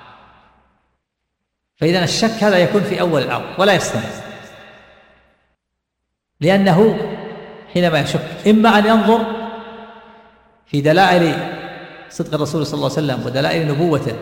فإذا الشك هذا يكون في أول الأمر ولا يستمر، لأنه حينما يشك إما أن ينظر في دلائل صدق الرسول صلى الله عليه وسلم ودلائل نبوته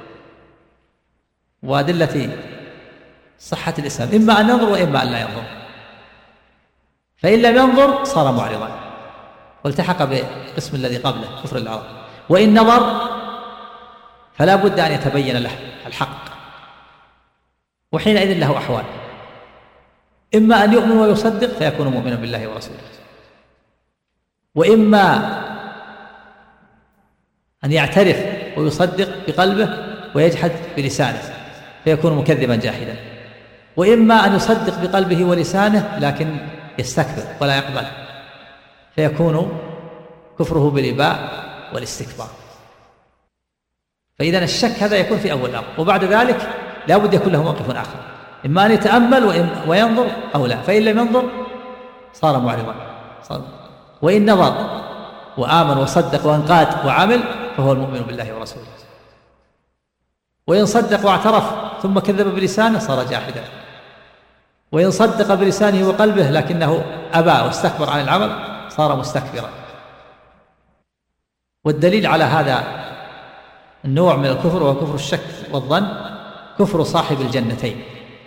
وأدلة صحة الإسلام، إما أن ينظر وإما أن لا ينظر، فإن لم ينظر صار معرضا والتحق بالقسم الذي قبله كفر العرب، وإن نظر فلا بد أن يتبين له الحق، وحينئذ له أحوال، إما أن يؤمن ويصدق فيكون مؤمنا بالله ورسوله، وإما أن يعترف ويصدق بقلبه ويجحد بلسانه فيكون مكذبا جاحدا، وإما أن يصدق بقلبه ولسانه لكن يستكبر ولا يقبل فيكون كفره بالإباء والاستكبار. فإذا الشك هذا يكون في أول الأمر، وبعد ذلك لا بد يكون له موقف آخر، إما أن يتأمل وينظر أو لا، فإن لم ينظر صار معرضا، وإن نظر وآمن وصدق وانقاد وعمل فهو المؤمن بالله ورسوله، وإن صدق واعترف ثم كذب بلسانه صار جاحدا، وإن صدق بلسانه وقلبه لكنه أبى واستكبر عن العمل صار مستكبرا. والدليل على هذا النوع من الكفر وهو كفر الشك والظن كفر صاحب الجنتين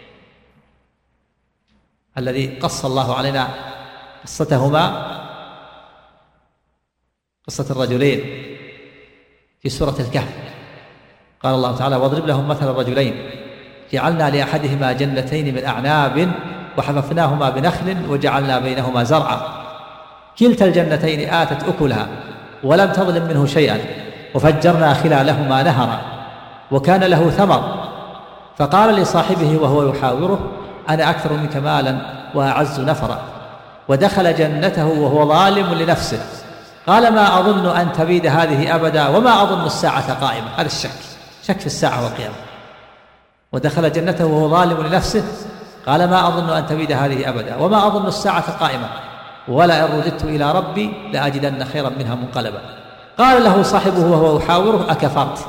الذي قص الله علينا قصتهما، قصة الرجلين في سورة الكهف. قال الله تعالى: واضرب لهم مثل الرجلين جعلنا لأحدهما جنتين من أعناب وحففناهما بنخل وجعلنا بينهما زرعا كلتا الجنتين آتت أكلها ولم تظلم منه شيئا وفجرنا خلالهما نهرا وكان له ثمر فقال لصاحبه وهو يحاوره أنا أكثر منك مالا وأعز نفرا ودخل جنته وهو ظالم لنفسه قال ما أظن أن تبيد هذه أبدا وما أظن الساعة قائمة. هذا الشك، شك في الساعة والقيامة. ودخل جنته وهو ظالم لنفسه قال ما أظن أن تبيد هذه أبدا وما أظن الساعة قائمة ولئن رددت إلى ربي لأجدن خيرا منها منقلبا. قال له صاحبه وهو يحاوره أكفرت،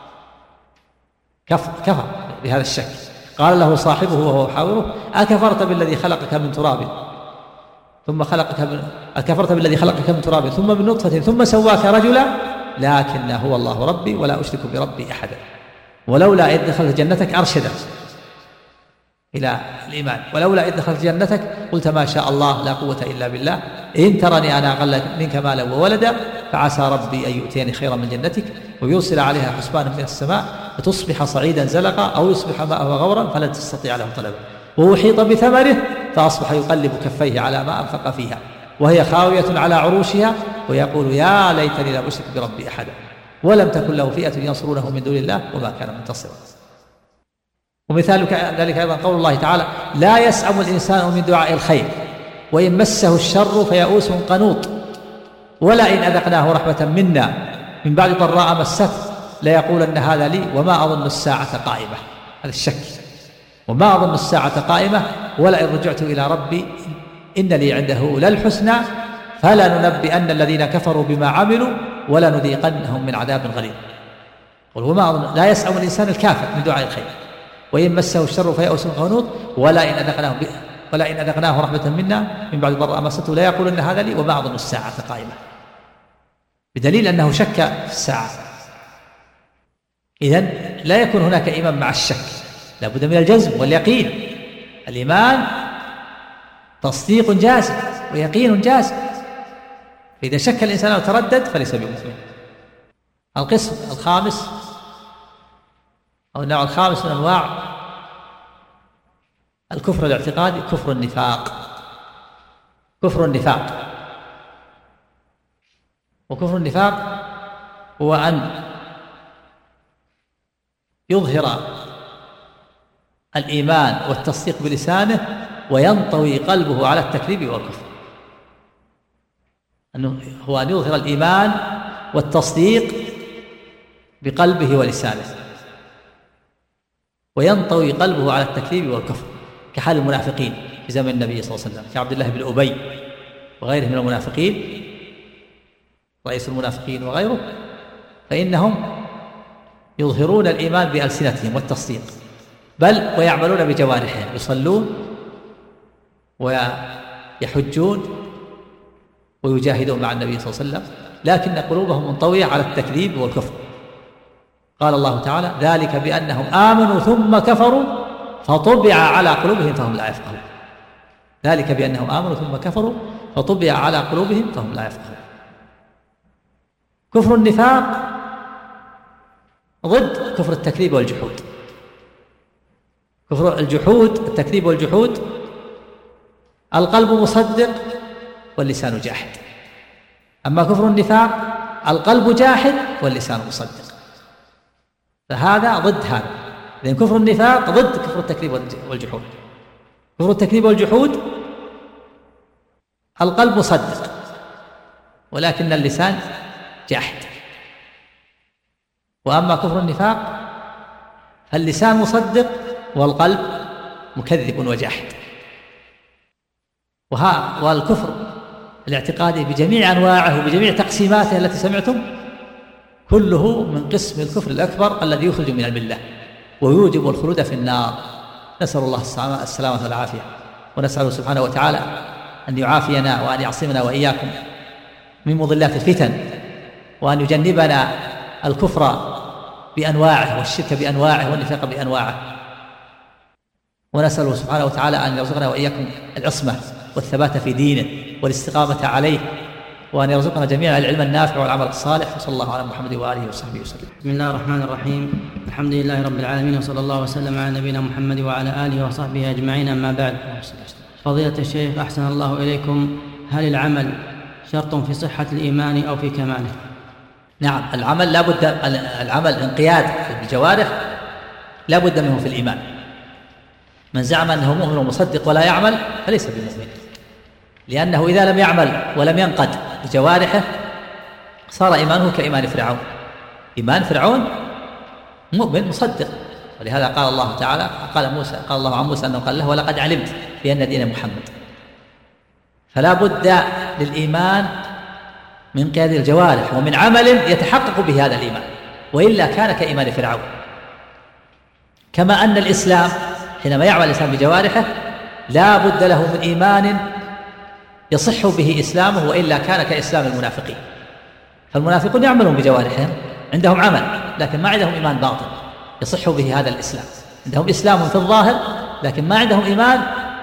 كفر بهذا الشك. قال له صاحبه وهو يحاوره أكفرت بالذي خلقك من تراب ثم أكفرت بالذي خلقك من تراب ثم من نطفة ثم سواك رجلا لكن هو الله ربي ولا أشرك بربي أحدا ولولا إذ دخلت جنتك أرشدك إلى الإيمان ولولا إذ دخلت جنتك قلت ما شاء الله لا قوة إلا بالله إن ترني أنا أقل منك مالا وولدا فعسى ربي أن يؤتيني خيرا من جنتك ويرسل عليها حسبانا من السماء فتصبح صعيدا زلقا أو يصبح ماءها غورا فلن تستطيع له طلبا وأحيط بثمره فأصبح يقلب كفيه على ما أنفق فيها وهي خاوية على عروشها ويقول يا ليتني لم أشرك بربي أحدا ولم تكن له فئة ينصرونه من دون الله وما كان منتصرا. ومثال ذلك أيضا قول الله تعالى لا يسأم الإنسان من دعاء الخير وإن مسه الشر فيئوس قنوط ولئن أذقناه رحمة منا من بعد ضراء مسته ليقولن هذا لي وما أظن الساعة قائمة. هذا الشك. وما أظن الساعة قائمة ولئن رجعت إلى ربي إن لي عنده للحسنى فلننبئن الذين كفروا بما عملوا ولا نذيقنهم من عذاب غليظ. وما لا يسأم الإنسان الكافر من دعاء الخير وإن مسه الشر فيئوس قنوط ولئن أذقناه رحمة منا من بعد ضراء مسته لا يقولن هذا لي وما أظن الساعة قائمة، بدليل أنه شك في الساعة. إذن لا يكون هناك إيمان مع الشك، لا بد من الجزم واليقين. الإيمان تصديق جازم ويقين جازم، فإذا شك الإنسان أو تردد فليس بمؤمن. القسم الخامس أو النوع الخامس من أنواع الكفر الاعتقادي كفر النفاق. كفر النفاق، وكفر النفاق هو أن يظهر الإيمان والتصديق بلسانه وينطوي قلبه على التكذيب والكفر. هو أن يظهر الإيمان والتصديق بقلبه ولسانه وينطوي قلبه على التكذيب والكفر، كحال المنافقين في زمن النبي صلى الله عليه وسلم كعبد الله بن أبي وغيره من المنافقين، رئيس المنافقين وغيره، فإنهم يظهرون الإيمان بألسنتهم والتصديق، بل ويعملون بجوارحهم، يصلون ويحجون ويجاهدون مع النبي صلى الله عليه وسلم، لكن قلوبهم منطوية على التكذيب والكفر. قال الله تعالى: ذلك بأنهم آمنوا ثم كفروا فطبع على قلوبهم فهم لا يفقهون. ذلك بأنهم آمنوا ثم كفروا فطبع على قلوبهم فهم لا يفقهون. كفر النفاق ضد كفر التكذيب والجحود. كفر الجحود، التكذيب والجحود، القلب مصدق واللسان جاحد. أما كفر النفاق القلب جاحد واللسان مصدق، فهذا ضد هذا. لأن كفر النفاق ضد كفر التكذيب والجحود. كفر التكذيب والجحود القلب مصدق ولكن اللسان جاحد، وأما كفر النفاق فاللسان مصدق والقلب مكذب وجاحد. والكفر الاعتقادي بجميع أنواعه وبجميع تقسيماته التي سمعتم كله من قسم الكفر الأكبر الذي يخرج من الملة ويوجب الخلود في النار. نسأل الله السلامة والعافية، ونسأله سبحانه وتعالى أن يعافينا وأن يعصمنا وإياكم من مضلات الفتن، وأن يجنبنا الكفر بأنواعه والشرك بأنواعه والنفاق بأنواعه، ونسأله سبحانه وتعالى أن يرزقنا وإياكم العصمة والثبات في دينه والاستقامة عليه، وأن يرزقنا جميعا العلم النافع والعمل الصالح. وصلى الله على محمد وآله وصحبه وسلم. بسم الله الرحمن الرحيم. الحمد لله رب العالمين، وصلى الله وسلم على نبينا محمد وعلى آله وصحبه أجمعين. أما بعد، فضيلة الشيخ أحسن الله إليكم، هل العمل شرط في صحة الإيمان أو في كماله؟ نعم، العمل لا بد، العمل انقياد بالجوارح لا بد منه في الإيمان. من زعم أنه مؤمن ومصدق ولا يعمل فليس بمؤمن، لأنه إذا لم يعمل ولم ينقد بجوارحه صار إيمانه كإيمان فرعون. إيمان فرعون مؤمن مصدق، ولهذا قال الله تعالى، قال الله عن موسى أنه قال له: ولقد علمت بأن دين محمد. فلا بد للإيمان من قياد الجوارح ومن عمل يتحقق به هذا الإيمان، وإلا كان كإيمان فرعون. كما أن الإسلام حينما يعمل الإنسان بجوارحه لا بد له من إيمان يصح به إسلامه، وإلا كان كإسلام المنافقين. فالمنافقون يعملون بجوارحهم، عندهم عمل لكن ما عندهم إيمان باطن يصح به هذا الإسلام. عندهم إسلام في الظاهر لكن ما عندهم إيمان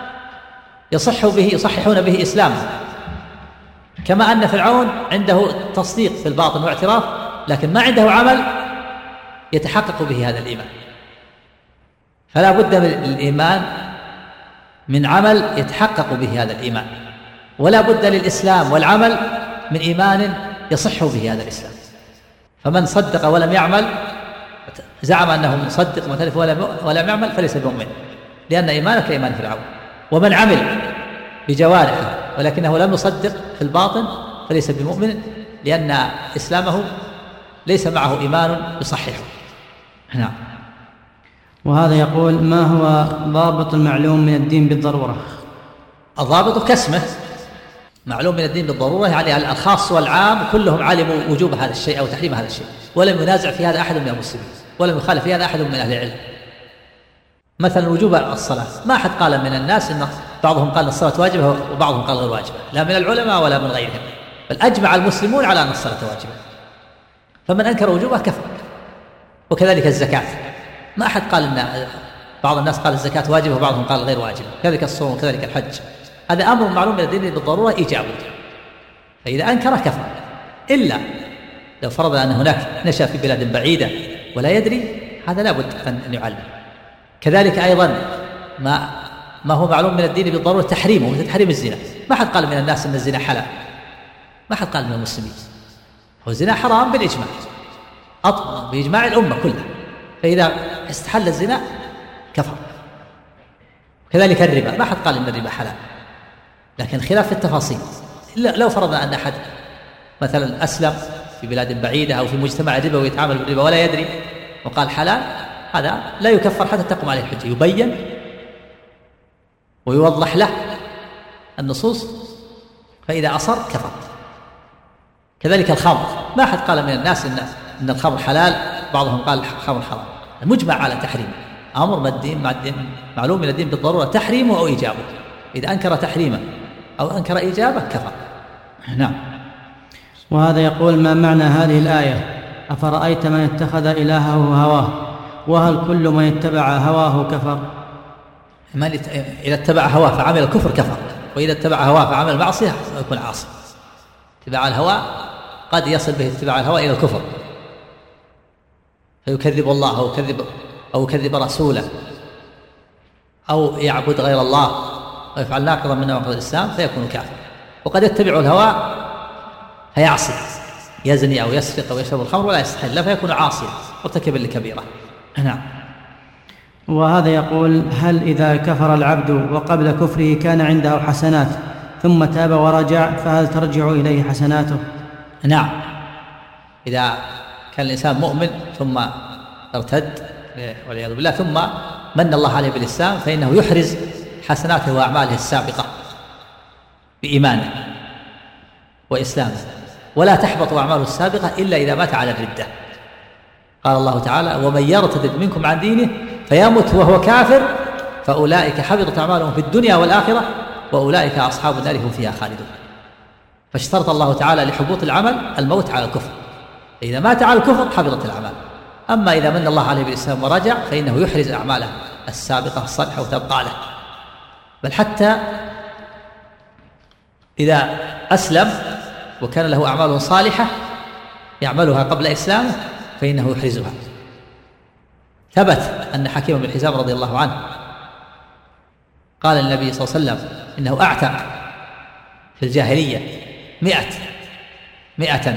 يصححون به إسلامه. كما أن فرعون عنده تصديق في الباطن واعتراف لكن ما عنده عمل يتحقق به هذا الإيمان. فلا بد للإيمان من عمل يتحقق به هذا الإيمان، ولا بد للإسلام والعمل من إيمان يصح به هذا الإسلام. فمن صدق ولم يعمل، زعم أنه مصدق معترف ولم يعمل، فليس بمؤمن، لأن إيمانه كإيمان فرعون. ومن عمل بجوارحه ولكنه لم يصدق في الباطن فليس بمؤمن، لأن إسلامه ليس معه إيمان يصححه. نعم. وهذا يقول: ما هو ضابط المعلوم من الدين بالضرورة؟ الضابط كسمه، معلوم من الدين بالضرورة يعني الخاص والعام كلهم علموا وجوب هذا الشيء أو تحريم هذا الشيء، ولم ينازع في هذا أحد من المسلمين، ولم يخالف في هذا أحد من أهل العلم. مثلا وجوب الصلاة، ما أحد قال من الناس إن بعضهم قال الصلاة واجبة وبعضهم قال غير واجبة، لا من العلماء ولا من غيرهم، بل أجمع المسلمون على أن الصلاة واجبة، فمن أنكر وجوبها كفر. وكذلك الزكاة، ما أحد قال إن بعض الناس قال الزكاة واجبة وبعضهم قال غير واجبة. كذلك الصوم وكذلك الحج، هذا أمر معلوم من الدين بالضرورة إيجابه، فإذا أنكر كفر، إلا لو فرض أن هناك نشأ في بلاد بعيدة ولا يدري، هذا لا بد أن يعلم. كذلك أيضا ما هو معلوم من الدين بالضرورة تحريمه، مثل تحريم الزنا، ما حد قال من الناس أن الزنا حلال، ما حد قال من المسلمين، هو الزنا حرام بالإجماع، بإجماع الأمة كلها، فإذا استحل الزنا كفر. كذلك الربا، ما حد قال إن الربا حلال، لكن خلاف في التفاصيل. لو فرضنا أن أحد مثلا أسلم في بلاد بعيدة أو في مجتمع ربا ويتعامل بالربا ولا يدري وقال حلال، هذا لا يكفر حتى تقوم عليه الحجة، يبين ويوضح له النصوص، فإذا أصر كفر. كذلك الخمر، ما أحد قال من الناس إن الخمر حلال، بعضهم قال الخمر حرام، المجمع على تحريمه، أمر معلوم من الدين بالضرورة تحريمه أو إيجابه، إذا أنكر تحريمه أو أنكر إيجابه كفر. نعم. وهذا يقول: ما معنى هذه الآية؟ أفرأيت من اتخذ إلهه هواه، وهل كل من اتبع هواه كفر؟ إذا اتبع هواه فعمل الكفر كفر، وإذا اتبع هواه فعمل معصية يكون عاصي. اتباع الهوى قد يصل به اتباع الهوى إلى الكفر، فيكذب الله أو يكذب رسوله أو يعبد غير الله ويفعل ناقضا من نواقض الإسلام فيكون كافر. وقد يتبع الهوى فيعصي، يزني أو يسرق أو يشرب الخمر ولا يستحل فيكون عاصيا مرتكبا لكبيرة. نعم. وهذا يقول: هل إذا كفر العبد وقبل كفره كان عنده حسنات ثم تاب ورجع فهل ترجع إليه حسناته؟ نعم، إذا كان الإنسان مؤمن ثم ارتد والعياذ بالله ثم من الله عليه بالإسلام فإنه يحرز حسناته وأعماله السابقة بإيمانه وإسلامه، ولا تحبط أعماله السابقة إلا إذا مات على الردة. قال الله تعالى: ومن يرتد منكم عن دينه فيمت وهو كافر فأولئك حبطت أعمالهم في الدنيا والآخرة وأولئك أصحاب النار هم فيها خالدون. فاشترط الله تعالى لحبوط العمل الموت على الكفر، إذا مات على الكفر حبطت الأعمال. أما إذا من الله عليه بالإسلام ورجع فإنه يحرز أعماله السابقة الصالحة وتبقى له، بل حتى إذا أسلم وكان له أعمال صالحة يعملها قبل إسلامه فإنه يحرزها. ثبت أن حكيم بن حزام رضي الله عنه قال النبي صلى الله عليه وسلم إنه أعتق في الجاهلية 100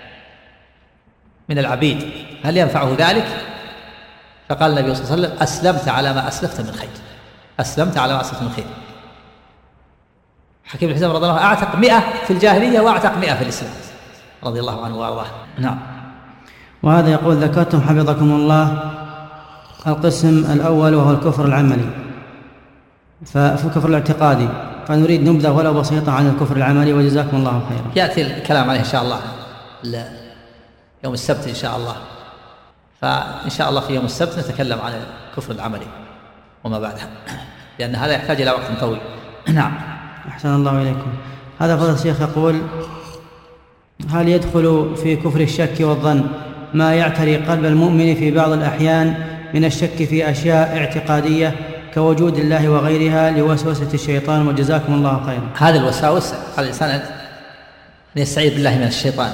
من العبيد، هل ينفعه ذلك؟ فقال النبي صلى الله عليه وسلم: أسلمت على ما أسلفت من خير، أسلمت على ما أسلفت من خير. حكيم بن حزام رضي الله عنه أعتق 100 في الجاهلية وأعتق 100 في الإسلام رضي الله عنه وأرضاه. نعم. وهذا يقول: ذكرتم حفظكم الله القسم الأول وهو الكفر العملي، ففي الكفر الاعتقادي، فنريد نبذة ولو بسيطة عن الكفر العملي وجزاكم الله خيرا. يأتي الكلام عليه إن شاء الله يوم السبت إن شاء الله، فإن شاء الله في يوم السبت نتكلم عن الكفر العملي وما بعدها، لأن هذا يحتاج إلى وقت طويل. نعم. أحسن الله إليكم. هذا فضل الشيخ يقول: هل يدخل في كفر الشك والظن ما يعتري قلب المؤمن في بعض الأحيان من الشك في أشياء اعتقادية كوجود الله وغيرها لوسوسة الشيطان؟ وجزاكم الله خيرا. هذه الوساوس على الإنسان أن يستعيذ بالله من الشيطان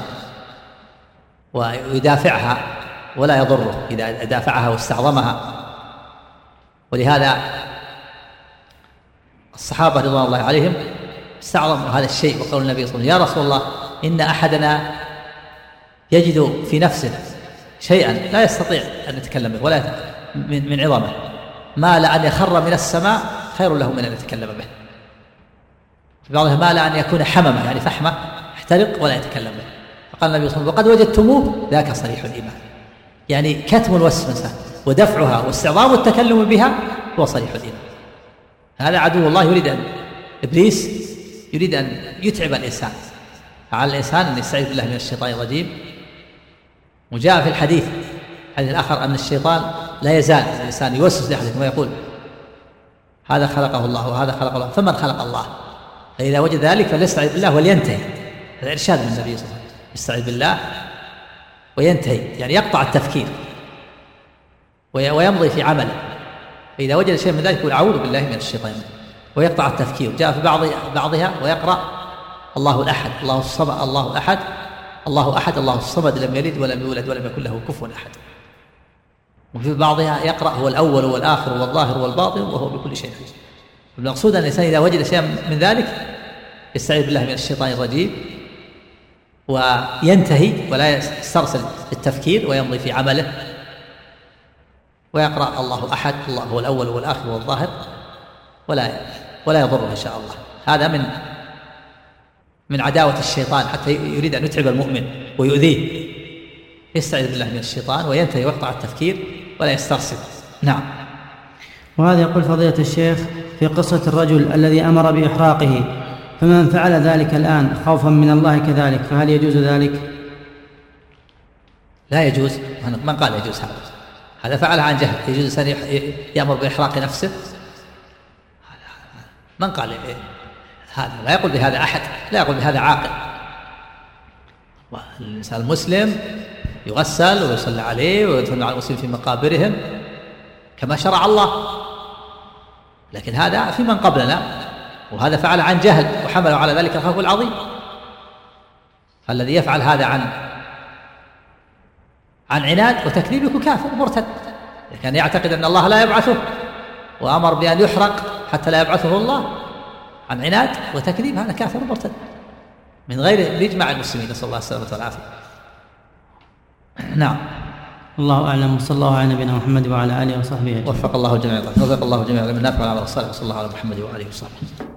ويدافعها ولا يضره إذا دافعها واستعظمها. ولهذا الصحابة رضوان الله عليهم استعظموا هذا الشيء وقالوا النبي صلى الله عليه وسلم: يا رسول الله إن أحدنا يجد في نفسه شيئا لا يستطيع أن يتكلم به ولا من عظمه، ما لأن يخر من السماء خير له من أن يتكلم به. في بعضها ما لأن يكون حممة يعني فحمة احترق ولا يتكلم به. فقال النبي صلى الله عليه وسلم: وقد وجدتموه ذاك صريح الإيمان، يعني كتم الوسوسة ودفعها واستعظام التكلم بها هو صريح الإيمان. هذا عدو الله يريد أن إبليس يريد أن يتعب الإنسان، فعلى الإنسان أن يستعيذ بالله من الشيطان الرجيم. وجاء في الحديث الآخر أن الشيطان لا يزال الإنسان يوسوس لأحدكم ويقول هذا خلقه الله وهذا خلق الله، فمن خلق الله؟ فإذا وجد ذلك فليستعيذ بالله ولينتهي. هذا إرشاد من النبي صلى الله عليه وسلم، يستعيذ بالله وينتهي، يعني يقطع التفكير ويمضي في عمله. فإذا وجد شيء من ذلك يقول أعوذ بالله من الشيطان ويقطع التفكير. جاء في بعضها ويقرأ الله الأحد الله الصمد الله أحد الله أحد الله الصمد لم يلد ولم يولد ولم يكن له كفوا أحد. وفي بعضها يقرأ هو الأول والآخر والظاهر والباطن وهو بكل شيء عليم. المقصود أن الإنسان إذا وجد شيئا من ذلك يستعيذ بالله من الشيطان الرجيم وينتهي ولا يسترسل التفكير ويمضي في عمله، ويقرأ الله أحد الله هو الأول والآخر والظاهر ولا يضره إن شاء الله. هذا من عداوة الشيطان حتى يريد أن يتعب المؤمن ويؤذيه. يستعيذ بالله من الشيطان وينتهي ويقطع التفكير ولا يسترسل. نعم. وهذا يقول فضيلة الشيخ في قصة الرجل الذي أمر بإحراقه، فمن فعل ذلك الآن خوفا من الله كذلك فهل يجوز ذلك؟ لا يجوز. من قال يجوز؟ هذا فعلها عن جهل. يجوز أن يأمر بإحراق نفسه؟ من قال هذا؟ لا يقول بهذا أحد، لا يقول بهذا عاقل. والإنسان المسلم يغسل ويصلى عليه ويدفن مع المسلمين في مقابرهم كما شرع الله، لكن هذا في من قبلنا، وهذا فعل عن جهل وحمله على ذلك الخوف العظيم. الذي يفعل هذا عن عناد وتكذيب يكون كافر مرتد. كان يعتقد أن الله لا يبعثه وأمر بأن يحرق حتى لا يبعثه الله عن عناد وتكذيب، هذا كافر مرتد من غير بإجماع المسلمين، نسأل الله السلامة والعافية. نعم. الله أعلم، وصلى الله على نبينا محمد وعلى آله وصحبه أجمعين. وفق الله الجميع، وفق الله الجميع لمن نافع والعمل الصالح، وصلى الله على محمد وآله وصحبه.